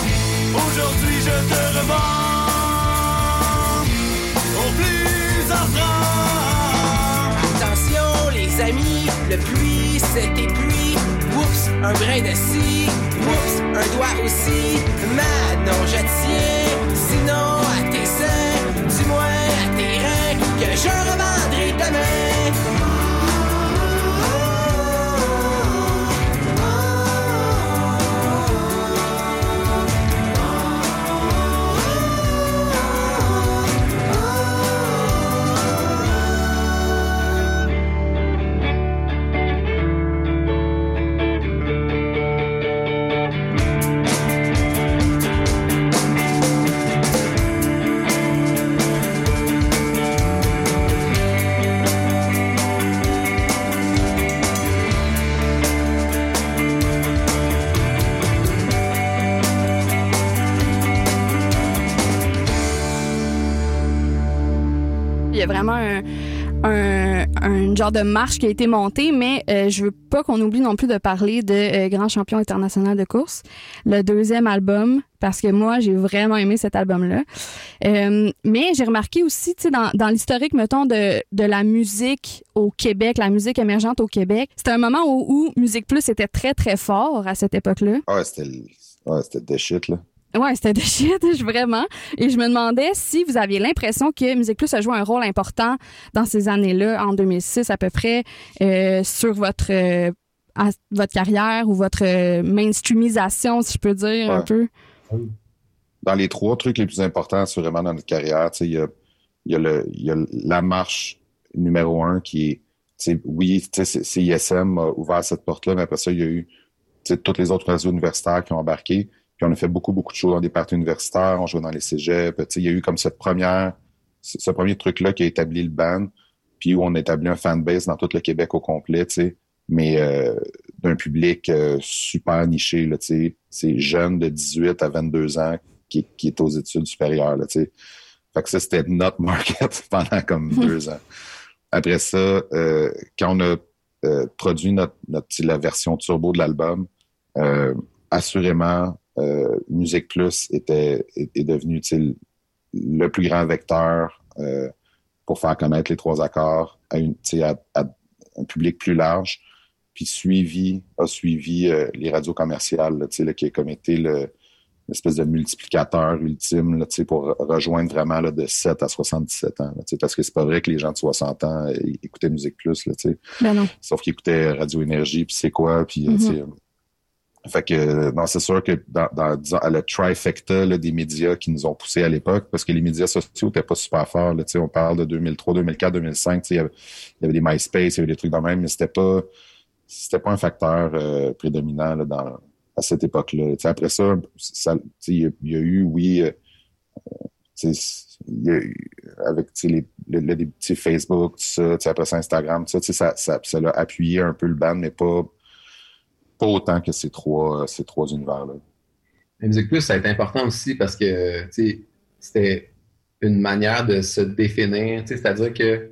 K: Aujourd'hui je te revends au plus ordinaire.
J: Le pluie, c'était pluie. Oups, un brin de scie. Oups, un doigt aussi. Maintenant je tiens, sinon à tes seins, du moins à tes reins, que je revendrai demain.
G: Il y a vraiment un, un, un genre de marche qui a été montée, mais euh, je veux pas qu'on oublie non plus de parler de euh, Grand Champion international de course, le deuxième album, parce que moi, j'ai vraiment aimé cet album-là. Euh, mais j'ai remarqué aussi, tu sais, dans, dans l'historique, mettons, de, de la musique au Québec, la musique émergente au Québec, c'était un moment où, où Musique Plus était très, très fort à cette époque-là.
I: Ah ouais, c'était, ouais, c'était des shit, là.
G: Ouais, c'était de shit, vraiment. Et je me demandais si vous aviez l'impression que Musique Plus a joué un rôle important dans ces années-là, en deux mille six à peu près, euh, sur votre euh, à, votre carrière ou votre euh, mainstreamisation, si je peux dire, ouais. un peu.
I: Dans les trois trucs les plus importants, sûrement, dans notre carrière, tu sais, il y a, il y a le, il y a la marche numéro un qui est, tu sais, oui, tu sais, C I S M a ouvert cette porte-là, mais après ça, il y a eu, tu sais, toutes les autres radios universitaires qui ont embarqué. Puis on a fait beaucoup, beaucoup de choses dans des parties universitaires, on jouait dans les cégeps. Tu sais, il y a eu comme cette première, ce premier truc-là qui a établi le band, puis où on a établi un fanbase dans tout le Québec au complet, tu sais, mais euh, d'un public euh, super niché, là, tu sais. C'est jeune de dix-huit à vingt-deux ans qui, qui est aux études supérieures, là, tu sais. Fait que ça, c'était notre market pendant comme deux ans. Après ça, euh, quand on a euh, produit notre, notre la version turbo de l'album, euh, assurément, Euh, Musique Plus était est, est devenu le plus grand vecteur euh, pour faire connaître les trois accords à, une, à, à un public plus large. Puis suivi, a suivi euh, les radios commerciales, là, là, qui a comme été le, l'espèce de multiplicateur ultime là, pour rejoindre vraiment là, de sept à soixante-dix-sept ans. Là, parce que c'est pas vrai que les gens de soixante ans euh, écoutaient Musique Plus. Là,
G: ben non.
I: Sauf qu'ils écoutaient Radio Énergie, puis c'est quoi, puis mm-hmm. Fait que, non, c'est sûr que dans, dans disons, à la trifecta là, des médias qui nous ont poussés à l'époque, parce que les médias sociaux n'étaient pas super forts, là, on parle de deux mille trois, deux mille quatre, deux mille cinq, il y avait, il y avait des MySpace, il y avait des trucs dans le même, mais c'était pas, c'était pas un facteur euh, prédominant là, dans, à cette époque-là. T'sais, après ça, ça il y, y a eu, oui, euh, il y a eu, avec les, le, le, les petits Facebook, tout ça, après ça, Instagram, tout ça, ça, ça, ça l'a appuyé un peu le band, mais pas pas autant que ces trois, ces trois univers-là.
H: La Musique Plus, ça a été important aussi parce que c'était une manière de se définir, c'est-à-dire que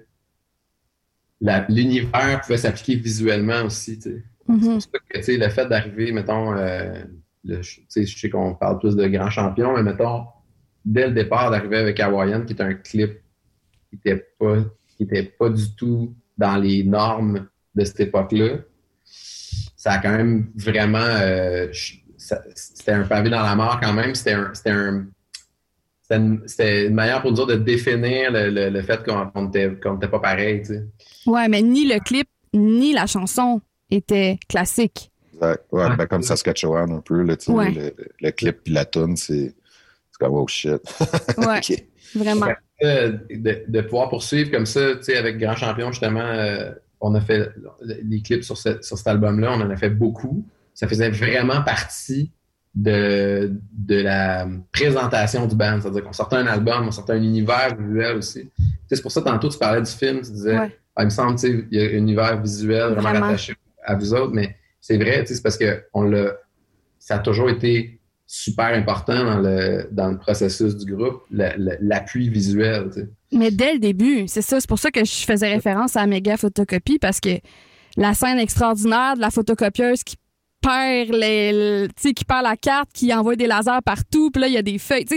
H: la, l'univers pouvait s'appliquer visuellement aussi. Mm-hmm. C'est pour ça que le fait d'arriver, mettons, euh, le, je sais qu'on parle plus de Grand Champion, mais mettons, dès le départ, d'arriver avec Hawaiian, qui est un clip qui n'était pas, qui était pas du tout dans les normes de cette époque-là, ça a quand même vraiment... Euh, ça, c'était un pavé dans la mort quand même. C'était, un, c'était, un, c'était, une, c'était une manière pour dire de définir le, le, le fait qu'on n'était qu'on était pas pareil. Tu sais.
G: Ouais, mais ni le clip, ni la chanson étaient classiques.
I: Exact. Ouais, ouais. Ben, comme Saskatchewan un peu. Là, tu sais, ouais. le, le clip puis la toune, c'est, c'est comme « oh shit ».
G: Ouais, okay. Vraiment.
H: De, de, de pouvoir poursuivre comme ça, tu sais, avec Grand Champion, justement... Euh, on a fait les clips sur, ce, sur cet album-là, on en a fait beaucoup. Ça faisait vraiment partie de, de la présentation du band. C'est-à-dire qu'on sortait un album, on sortait un univers visuel aussi. Tu sais, c'est pour ça, tantôt, tu parlais du film, tu disais, ouais. ah, il me semble, tu sais, il y a un univers visuel vraiment, vraiment rattaché à vous autres, mais c'est vrai, tu sais, c'est parce que on l'a, ça a toujours été super important dans le, dans le processus du groupe, le, le, l'appui visuel, tu sais.
G: Mais dès le début, c'est ça. C'est pour ça que je faisais référence à Méga Photocopie, parce que la scène extraordinaire de la photocopieuse qui perd les, tu sais, qui perd la carte, qui envoie des lasers partout, puis là, il y a des feuilles. Tu sais,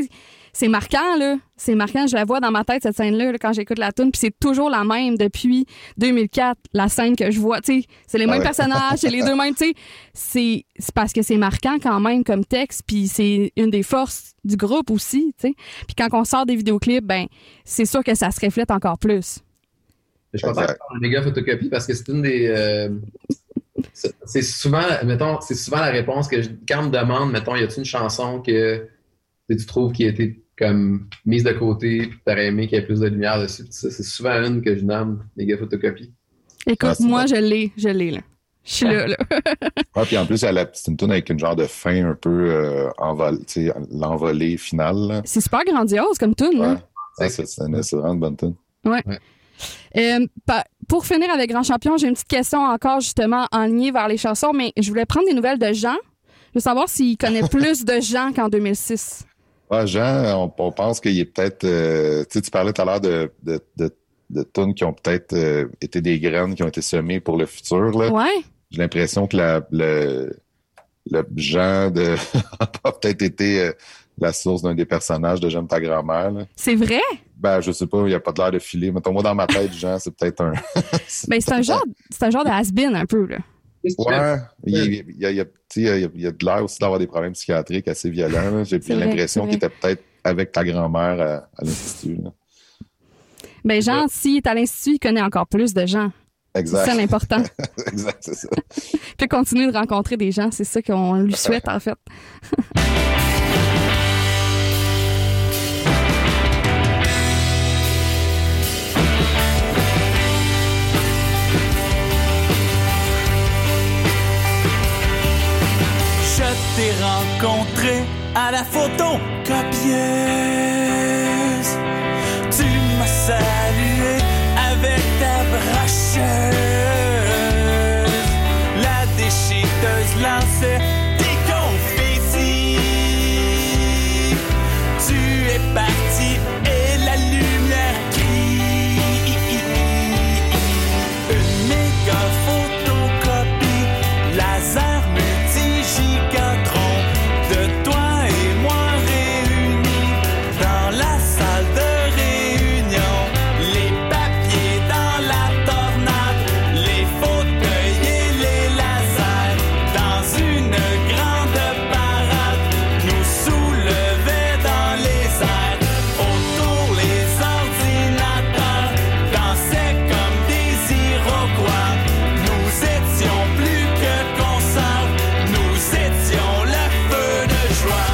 G: c'est marquant, là. C'est marquant. Je la vois dans ma tête, cette scène-là, là, quand j'écoute la tune. Puis c'est toujours la même depuis deux mille quatre, la scène que je vois. Tu sais, c'est les
I: Ah
G: mêmes
I: ouais.
G: personnages, c'est les deux mêmes. Tu sais, c'est, c'est parce que c'est marquant quand même comme texte. Puis c'est une des forces du groupe aussi, tu sais. Puis quand on sort des vidéoclips, ben, c'est sûr que ça se reflète encore plus.
H: Je suis content de faire une méga photocopie parce que c'est une des. Euh, c'est, c'est souvent, mettons, c'est souvent la réponse que je, quand on me demande, mettons, y a-t-il une chanson que tu trouves qui a été comme mise de côté, puis t'aurais aimé qu'il y ait plus de lumière dessus. Ça, c'est souvent une que je nomme méga photocopie.
G: Écoute,
I: Ah,
G: moi,
I: bon.
G: je l'ai, je l'ai, là. Je suis là, là.
I: Ah, puis en plus, elle a- c'est une tune avec une genre de fin un peu euh, envol, tu sais, l'envolée finale. Là.
G: C'est super grandiose comme tune,
I: Ouais.
G: là.
I: Ah, c'est, c'est, une, c'est vraiment une bonne tune.
G: Ouais.
H: Ouais.
G: Euh, pa- pour finir avec Grand Champion, j'ai une petite question encore justement en ligne vers les chansons, mais je voulais prendre des nouvelles de Jean. Je veux savoir s'il connaît plus de Jean qu'en deux mille six.
I: Ouais, Jean, on, on pense qu'il est peut-être... euh, tu sais, tu parlais tout à l'heure de, de, de, de tunes qui ont peut-être euh, été des graines qui ont été semées pour le futur. Là.
G: Ouais.
I: J'ai l'impression que la, le, le Jean de, a peut-être été euh, la source d'un des personnages de J'aime ta grand-mère. Là.
G: C'est vrai?
I: Ben, je sais pas, il n'y a pas de l'air de filer. Mettons, moi, dans ma tête, Jean, c'est peut-être un...
G: Ben, c'est un genre, c'est un genre de has-been un peu, là.
I: Ouais, il y a, il y a, il y a, tu sais, il y a, il y a de l'air aussi d'avoir des problèmes psychiatriques assez violents. Là. J'ai
G: C'est vrai,
I: l'impression
G: c'est
I: qu'il
G: vrai.
I: était peut-être avec ta grand-mère à, à l'Institut. Là.
G: Ben, Jean, s'il est à l'Institut, il connaît encore plus de gens.
I: Exact.
G: C'est ça l'important.
I: Exact, c'est ça.
G: Puis continuer de rencontrer des gens, c'est ça qu'on lui souhaite, en fait.
K: Je t'ai rencontré à la photocopieuse. Tu m'as salué avec ta brocheuse. La déchiqueteuse lançait des confettis. Tu es parti et la lumière crie. Une méga photocopie, laser multi-gigatron de toi et moi réunis dans la salle de réunion. Les papiers dans la tornade, les fauteuils et les lasers dans une grande parade nous soulevaient dans les airs. Autour les ordinateurs dansaient comme des Iroquois. Nous étions plus que consorts, nous étions le feu de joie.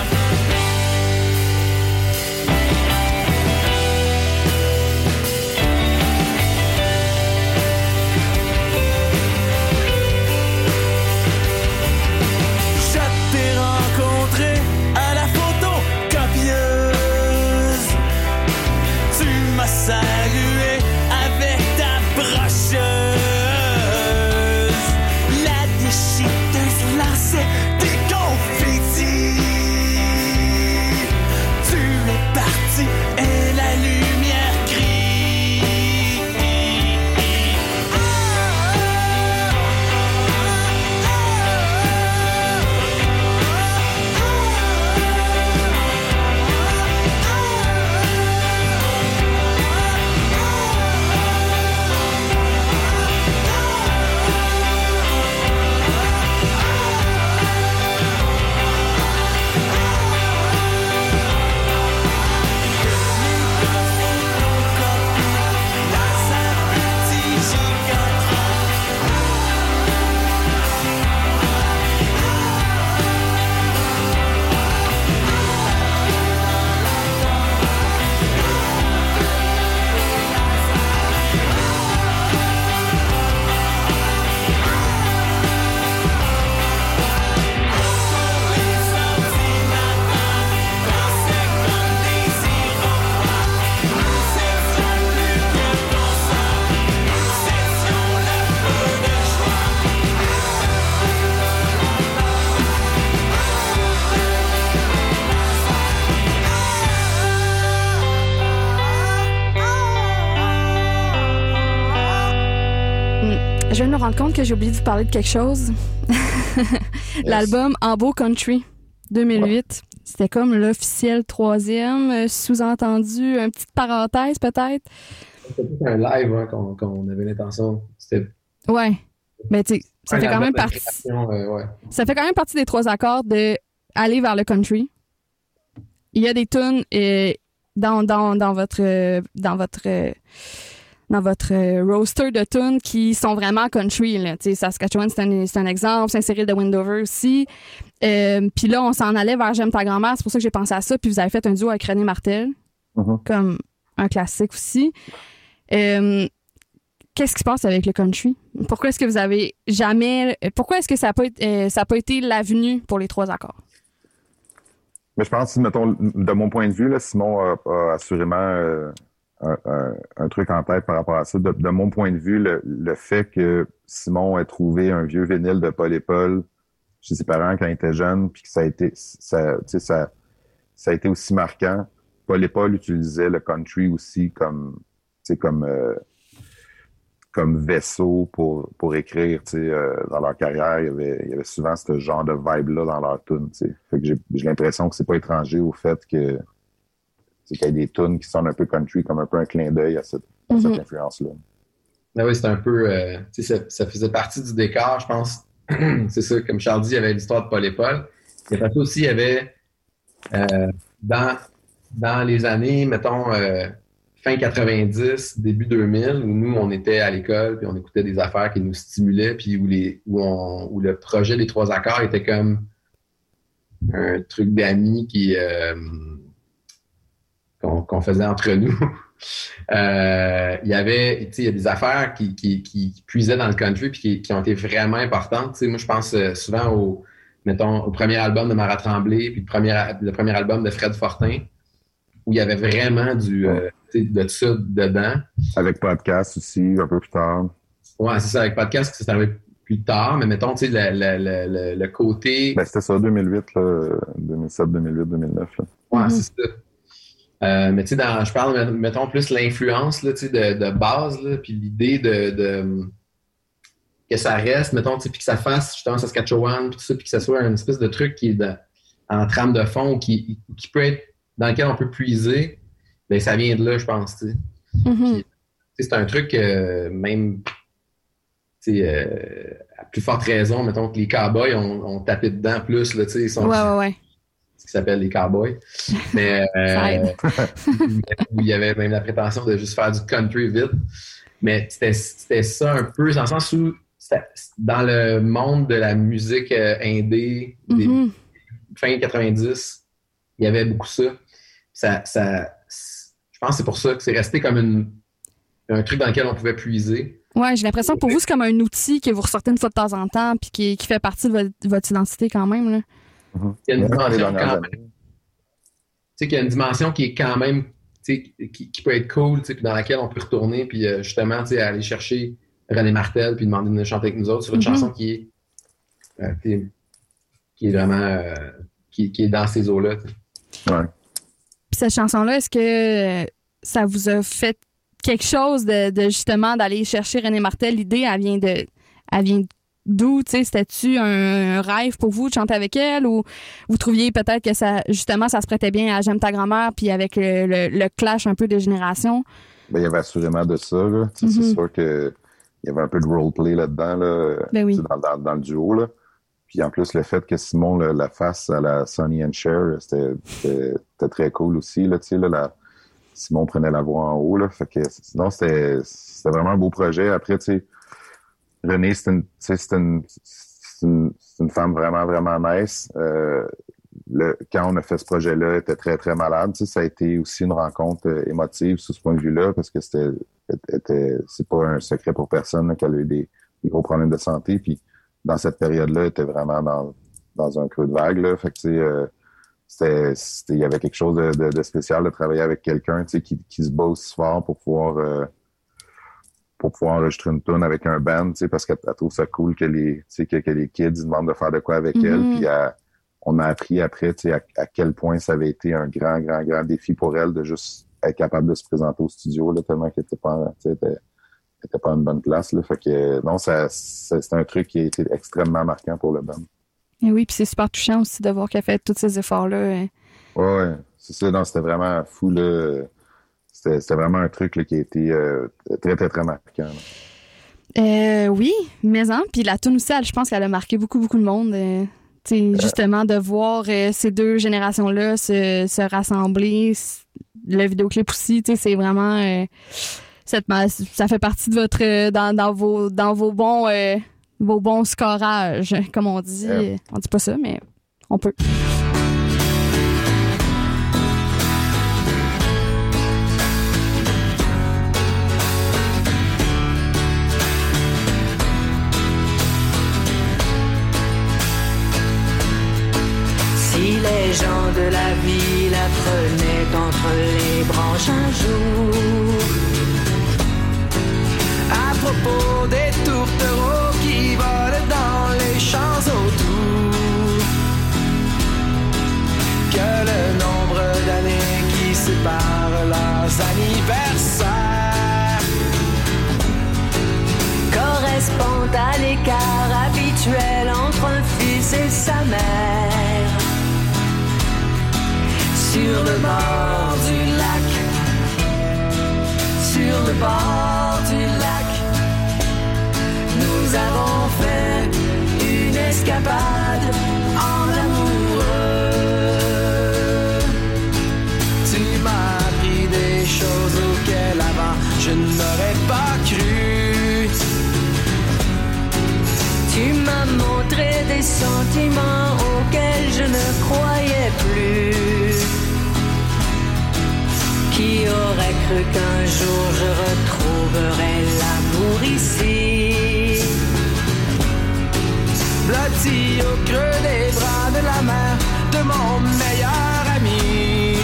K: Je t'ai rencontré à la photocopieuse. Tu m'as salué avec ta brocheuse. La déchiqueteuse lançait des confettis. Tu es parti et la lumière crie.
G: Je viens de me rendre compte que j'ai oublié de vous parler de quelque chose. L'album En Beau Country, deux mille huit. c'était comme l'officiel troisième, euh, sous-entendu, une petite parenthèse peut-être.
H: C'était plus un live hein, qu'on, qu'on avait l'intention. C'était...
G: Ouais. Mais tu sais, ça
H: Ouais,
G: fait
H: la
G: quand même
H: bonne
G: partie.
H: création, euh, ouais.
G: Ça fait quand même partie des trois accords de aller vers le country. Il y a des tunes euh, dans, dans, dans votre euh, dans votre euh, dans votre euh, roster de tunes qui sont vraiment country. Là. Tu sais, Saskatchewan, c'est un, c'est un exemple. Saint-Cyril de Windover aussi. Euh, puis là, on s'en allait vers J'aime ta grand-mère. C'est pour ça que j'ai pensé à ça. Puis vous avez fait un duo avec René Martel.
I: Mm-hmm.
G: Comme un classique aussi. Euh, qu'est-ce qui se passe avec le country? Pourquoi est-ce que vous avez jamais... Pourquoi est-ce que ça n'a pas, euh, ça a pas été l'avenue pour les trois accords?
I: Mais je pense, mettons, de mon point de vue, là, Simon a, a assurément euh, un, un, un truc en tête par rapport à ça. De, de mon point de vue, le, le fait que Simon ait trouvé un vieux vinyle de Paul et Paul chez ses parents quand il était jeune, puis que ça a été, ça, ça, ça a été aussi marquant. Paul et Paul utilisait le country aussi comme, comme, euh, comme vaisseau pour, pour écrire, euh, dans leur carrière. Il y avait, il y avait souvent ce genre de vibe-là dans leur tune. Fait que j'ai, j'ai l'impression que c'est pas étranger au fait que, qu'il y ait des tunes qui sonnent un peu country, comme un peu un clin d'œil à cette, à mm-hmm. cette influence-là.
H: Ben oui, c'est un peu, euh, tu sais, ça, ça faisait partie du décor, je pense. C'est ça, comme Charles dit, il y avait l'histoire de Paul et Paul. Et après aussi, il y avait, euh, dans, dans les années, mettons, euh, fin quatre-vingt-dix, début deux mille, où nous, on était à l'école, puis on écoutait des affaires qui nous stimulaient, puis où, les, où, on, où le projet des trois accords était comme un truc d'amis qui, euh, qu'on, qu'on faisait entre nous. euh, il y avait, tu sais, il y a des affaires qui, qui, qui, qui puisaient dans le country, puis qui, qui ont été vraiment importantes. Tu sais, moi, je pense souvent au, mettons, au premier album de Marat Tremblay, puis le premier, le premier album de Fred Fortin, où il y avait vraiment du, euh, de ça dedans.
I: Avec Podcast aussi, un peu plus tard.
H: Ouais, c'est ça, avec Podcast, c'est arrivé plus tard, mais mettons, tu sais, le, le, le, le côté...
I: Ben, c'était ça, deux mille huit, là, deux mille sept, deux mille huit, deux mille neuf. Là.
H: Ouais,
G: Mm-hmm.
H: c'est ça. Euh, mais tu sais, je parle, mettons, plus l'influence, là, tu sais, de, de base, là, puis l'idée de, de... que ça reste, mettons, tu sais, puis que ça fasse, justement, Saskatchewan, puis tout ça, puis que ça soit une espèce de truc qui est de, en trame de fond, qui, qui peut être... dans lequel on peut puiser, ben ça vient de là, je pense, tu sais.
G: Mm-hmm.
H: C'est un truc, euh, même, tu sais, euh, à plus forte raison, mettons que les cowboys ont, ont tapé dedans plus, là, tu sais, ils sont...
G: Ouais, ouais, ouais.
H: Ce qui s'appelle les cowboys. Mais, euh, où il y avait même la prétention de juste faire du country vite. Mais c'était, c'était ça un peu, dans le sens où, dans le monde de la musique euh, indé, mm-hmm. des, fin quatre-vingt-dix, il y avait beaucoup ça. Ça, ça, je pense que c'est pour ça que c'est resté comme une, un truc dans lequel on pouvait puiser.
G: Ouais, j'ai l'impression que pour vous, c'est comme un outil que vous ressortez une fois de temps en temps puis qui, qui fait partie de votre, de votre identité quand même. Là.
I: Mm-hmm.
H: Il y a une dimension quand même. Tu sais, qu'il y a une dimension qui est quand même, tu sais, qui, qui peut être cool, tu sais, puis dans laquelle on peut retourner, puis euh, justement, tu sais, aller chercher René Martel puis demander de chanter avec nous autres sur une mm-hmm. chanson qui est, euh, qui est, qui est vraiment, euh, qui, qui est dans ces eaux-là. T'sais.
I: Ouais.
G: Puis cette chanson-là, est-ce que ça vous a fait quelque chose de, de justement d'aller chercher René Martel? L'idée, elle vient de, elle vient d'où? Tu sais, c'était-tu un, un rêve pour vous de chanter avec elle, ou vous trouviez peut-être que ça, justement, ça se prêtait bien à J'aime ta grand-mère, puis avec le, le, le clash un peu de génération?
I: Ben, il y avait assurément de ça, là. Mm-hmm. C'est sûr que il y avait un peu de roleplay là-dedans, là,
G: ben oui.
I: dans, dans, dans le duo, là. Puis en plus, le fait que Simon le, la fasse à la Sonny and Cher, c'était, c'était, c'était très cool aussi. Là, tu sais, là, la, Simon prenait la voix en haut. Là, fait que, sinon, c'était, c'était vraiment un beau projet. Après, tu sais, René, c'est une, c'est une, c'est une, c'est une femme vraiment, vraiment nice. Euh, le, quand on a fait ce projet-là, elle était très, très malade. Tu sais, ça a été aussi une rencontre euh, émotive sous ce point de vue-là, parce que c'était, était, c'est pas un secret pour personne là, qu'elle a eu des, des gros problèmes de santé. Puis dans cette période-là, elle était vraiment dans, dans un creux de vague. Là. Fait que, tu sais, euh, c'était, c'était, il y avait quelque chose de, de, de spécial de travailler avec quelqu'un, tu sais, qui, qui se bat aussi fort pour pouvoir, euh, pour pouvoir enregistrer une tune avec un band, tu sais, parce qu'elle trouve ça cool que les, tu sais, que, que les kids demandent de faire de quoi avec mm-hmm. elle. Puis elle, on a appris après, tu sais, à, à quel point ça avait été un grand, grand, grand défi pour elle de juste être capable de se présenter au studio, là, tellement qu'elle était pas, tu sais, était, était pas en une bonne place, là. Fait que, non, ça, ça, c'était un truc qui a été extrêmement marquant pour le band.
G: Et oui, puis c'est super touchant aussi de voir qu'elle fait tous ces efforts-là.
I: Oui, ouais, c'est ça. Non, c'était vraiment fou, là. C'était, c'était vraiment un truc là, qui a été euh, très, très, très marquant.
G: Euh, oui, mais hein, puis la toune aussi, elle, je pense qu'elle a marqué beaucoup, beaucoup de monde. Euh, euh. Justement, de voir euh, ces deux générations-là se, se rassembler. Le vidéoclip aussi, c'est vraiment... Euh, cette, ça fait partie de votre... Dans, dans, vos, dans vos bons... Euh, vos bons scorages, comme on dit. Euh. On dit pas ça, mais on peut.
J: Si les gens de la ville apprenaient entre les branches un jour à propos des tourtereaux qui volent dans les champs autour, que le nombre d'années qui séparent leurs anniversaires correspond à l'écart habituel entre un fils et sa mère. Sur le bord du lac, sur le bord du lac, nous avons fait une escapade en amoureux. Tu m'as appris des choses auxquelles avant je n'aurais pas cru. Tu m'as montré des sentiments auxquels je ne croyais plus. Qui aurait cru qu'un jour je retrouverais l'amour ici, blotti au creux des bras de la main de mon meilleur ami.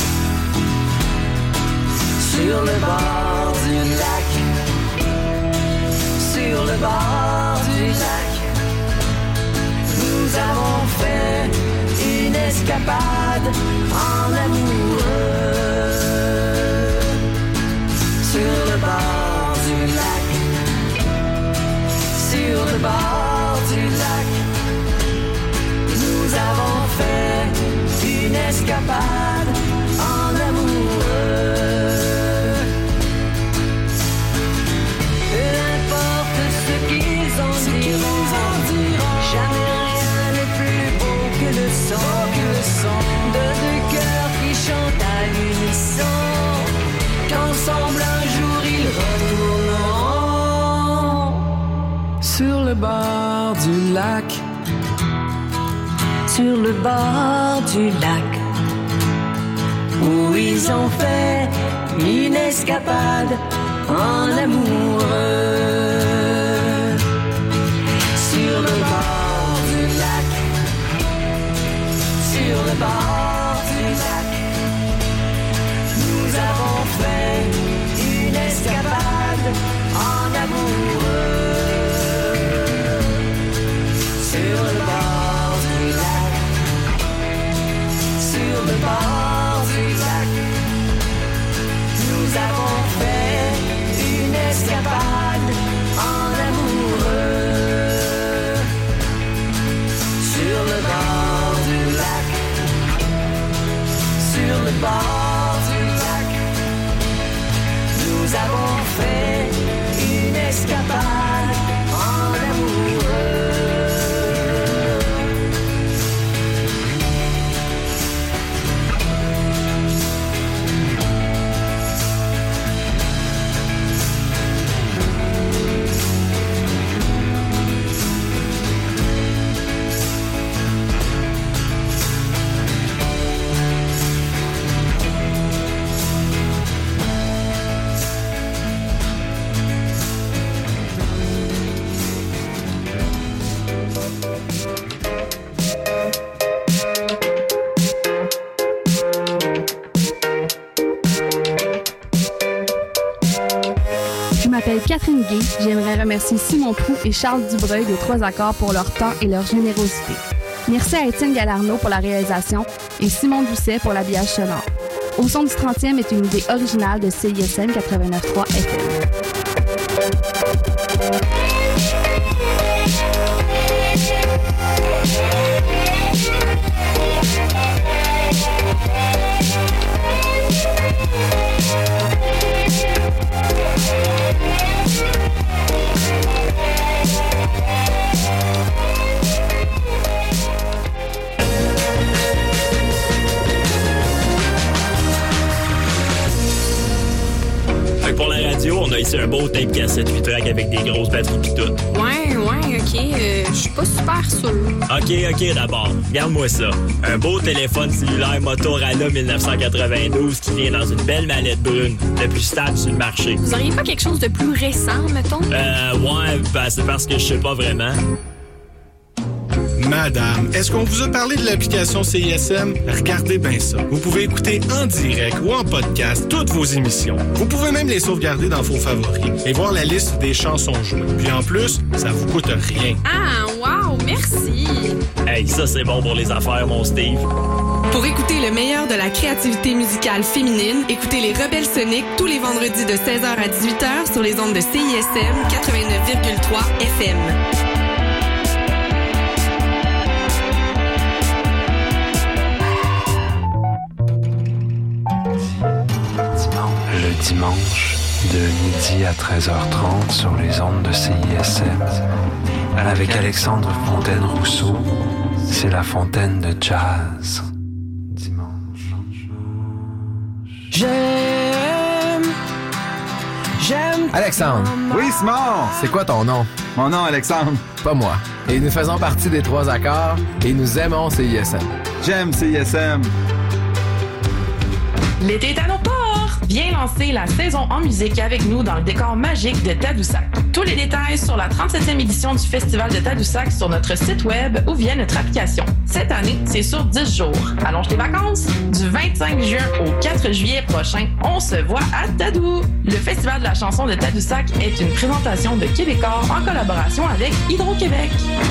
J: Sur le bord du lac, sur le bord du lac, nous avons fait une escapade en amoureux. Sur le bord du lac, sur le bord du lac, nous avons fait une escapade en amoureux. Peu importe ce qu'ils en diront, jamais rien n'est plus beau que le son de deux cœurs qui chantent à l'unisson. Qu'ensemble un jour ils retourneront sur le bord du lac, sur le bord du lac, où ils ont fait une escapade en amoureux. Sur le bord du lac, sur le bord du lac, nous avons fait une escapade en amoureux. Sur le bord du lac, sur le bord du lac, nous avons fait une escapade en amoureux. Sur le bord du lac, sur le bord du lac, nous avons fait une escapade en amoureux.
G: Je m'appelle Catherine Gay. J'aimerais remercier Simon Proulx et Charles Dubreuil des Trois Accords pour leur temps et leur générosité. Merci à Étienne Galarno pour la réalisation et Simon Doucet pour l'habillage sonore. Au son du trentième est une idée originale de C I S M quatre-vingt-neuf virgule trois F M.
C: c'est un beau tape cassette huit tracks avec des grosses batteries pis tout.
B: Ouais, ouais, ok. Euh, Je suis pas super sûre.
C: OK, OK, d'abord. Regarde-moi ça. Un beau téléphone cellulaire Motorola dix-neuf cent quatre-vingt-douze qui vient dans une belle mallette brune, le plus stable sur le marché.
B: Vous auriez pas quelque chose de plus récent, mettons?
C: Euh, ouais, ben, c'est parce que je sais pas vraiment.
A: Madame, est-ce qu'on vous a parlé de l'application C I S M? Regardez bien ça. Vous pouvez écouter en direct ou en podcast toutes vos émissions. Vous pouvez même les sauvegarder dans vos favoris et voir la liste des chansons jouées. Puis en plus, ça vous coûte rien.
B: Ah, wow, merci!
C: Hey, ça, c'est bon pour les affaires, mon Steve.
L: Pour écouter le meilleur de la créativité musicale féminine, écoutez les Rebelles Soniques tous les vendredis de seize heures à dix-huit heures sur les ondes de C I S M quatre-vingt-neuf virgule trois F M.
M: Le dimanche, de midi à treize heures trente sur les ondes de C I S M. Avec Alexandre Fontaine-Rousseau, c'est la fontaine de jazz.
J: J'aime, j'aime.
E: Alexandre.
N: Oui, Simon.
E: C'est quoi ton nom?
N: Mon nom, Alexandre.
E: Pas moi. Et nous faisons partie des Trois Accords et nous aimons C I S M.
N: J'aime C I S M.
O: L'été est à nos portes! Viens lancer la saison en musique avec nous dans le décor magique de Tadoussac. Tous les détails sur la trente-septième édition du Festival de Tadoussac sur notre site web ou via notre application. Cette année, c'est sur dix jours. Allonge tes vacances! Du vingt-cinq juin au quatre juillet prochain, on se voit à Tadou! Le Festival de la chanson de Tadoussac est une présentation de Québécois en collaboration avec Hydro-Québec.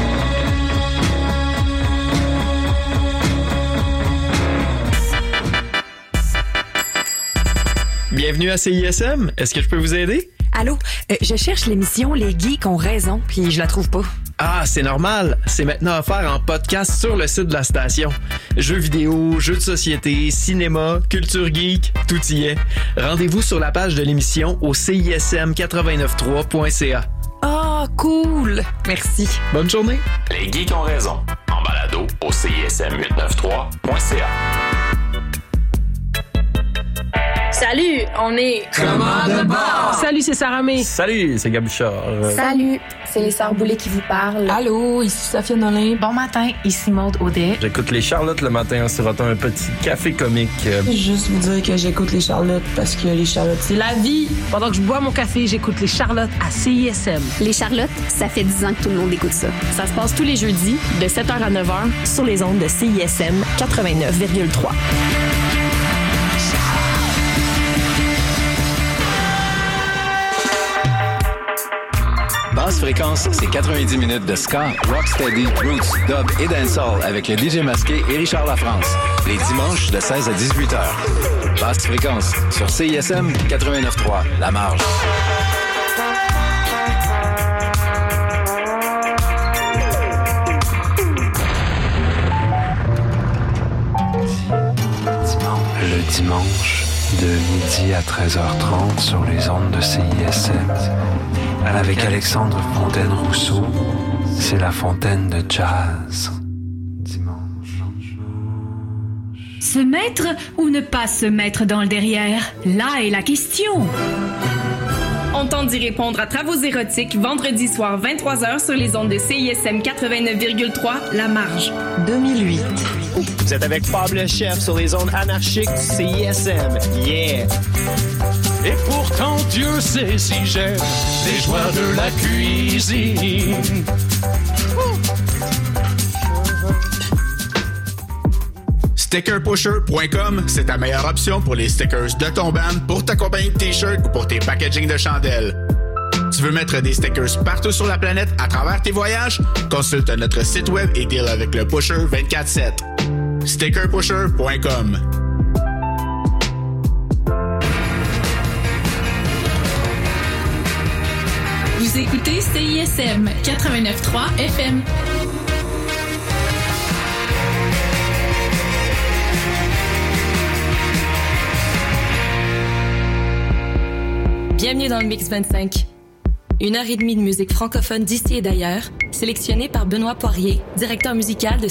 P: Bienvenue à C I S M. Est-ce que je peux vous aider?
Q: Allô, euh, je cherche l'émission Les Geeks ont raison, puis je la trouve pas.
P: Ah, c'est normal. C'est maintenant offert en podcast sur le site de la station. Jeux vidéo, jeux de société, cinéma, culture geek, tout y est. Rendez-vous sur la page de l'émission au C I S M quatre-vingt-neuf trois point C A.
Q: Ah, oh, cool! Merci.
P: Bonne journée.
R: Les Geeks ont raison. En balado au C I S M huit cent quatre-vingt-treize point C A.
B: Salut, on est
S: Commande bord.
T: Salut, c'est Sarah May.
P: Salut, c'est Gabuchard.
U: Salut, c'est les Sœurs Boulay qui vous parlent.
V: Allô, ici Sophia Nolin.
W: Bon matin, ici Maude Audet.
P: J'écoute les Charlottes le matin en sirotant un petit café comique.
V: Juste vous dire que j'écoute les Charlottes parce que les Charlottes, c'est la vie.
T: Pendant que je bois mon café, j'écoute les Charlottes à C I S M.
G: Les Charlottes, ça fait dix ans que tout le monde écoute ça.
W: Ça se passe tous les jeudis de sept heures à neuf heures sur les ondes de C I S M quatre-vingt-neuf virgule trois.
X: Basse fréquence, c'est quatre-vingt-dix minutes de ska, rocksteady, roots, dub et dancehall avec le D J masqué et Richard Lafrance. Les dimanches de seize à dix-huit heures. Basse fréquence sur C I S M quatre-vingt-neuf trois, La Marge.
M: Le dimanche, de midi à treize heures trente sur les ondes de C I S M. Avec Alexandre Fontaine-Rousseau, c'est la fontaine de jazz.
Y: Se mettre ou ne pas se mettre dans le derrière? Là est la question.
B: On tente d'y répondre à Travaux érotiques vendredi soir vingt-trois heures sur les ondes de C I S M quatre-vingt-neuf virgule trois, La Marge.
Q: deux mille huit.
E: Vous êtes avec Bob le chef sur les ondes anarchiques du C I S M. Yeah!
J: Et pourtant Dieu sait si j'aime les joies de la cuisine.
Z: sticker pusher point com, c'est ta meilleure option pour les stickers de ton band, pour ta compagnie de t-shirts ou pour tes packaging de chandelles. Tu veux mettre des stickers partout sur la planète à travers tes voyages? Consulte notre site web et deal avec le Pusher vingt-quatre sept. sticker pusher point com.
B: Vous écoutez C I S M quatre-vingt-neuf trois F M.
W: Bienvenue dans le Mix vingt-cinq. Une heure et demie de musique francophone d'ici et d'ailleurs, sélectionnée par Benoît Poirier, directeur musical de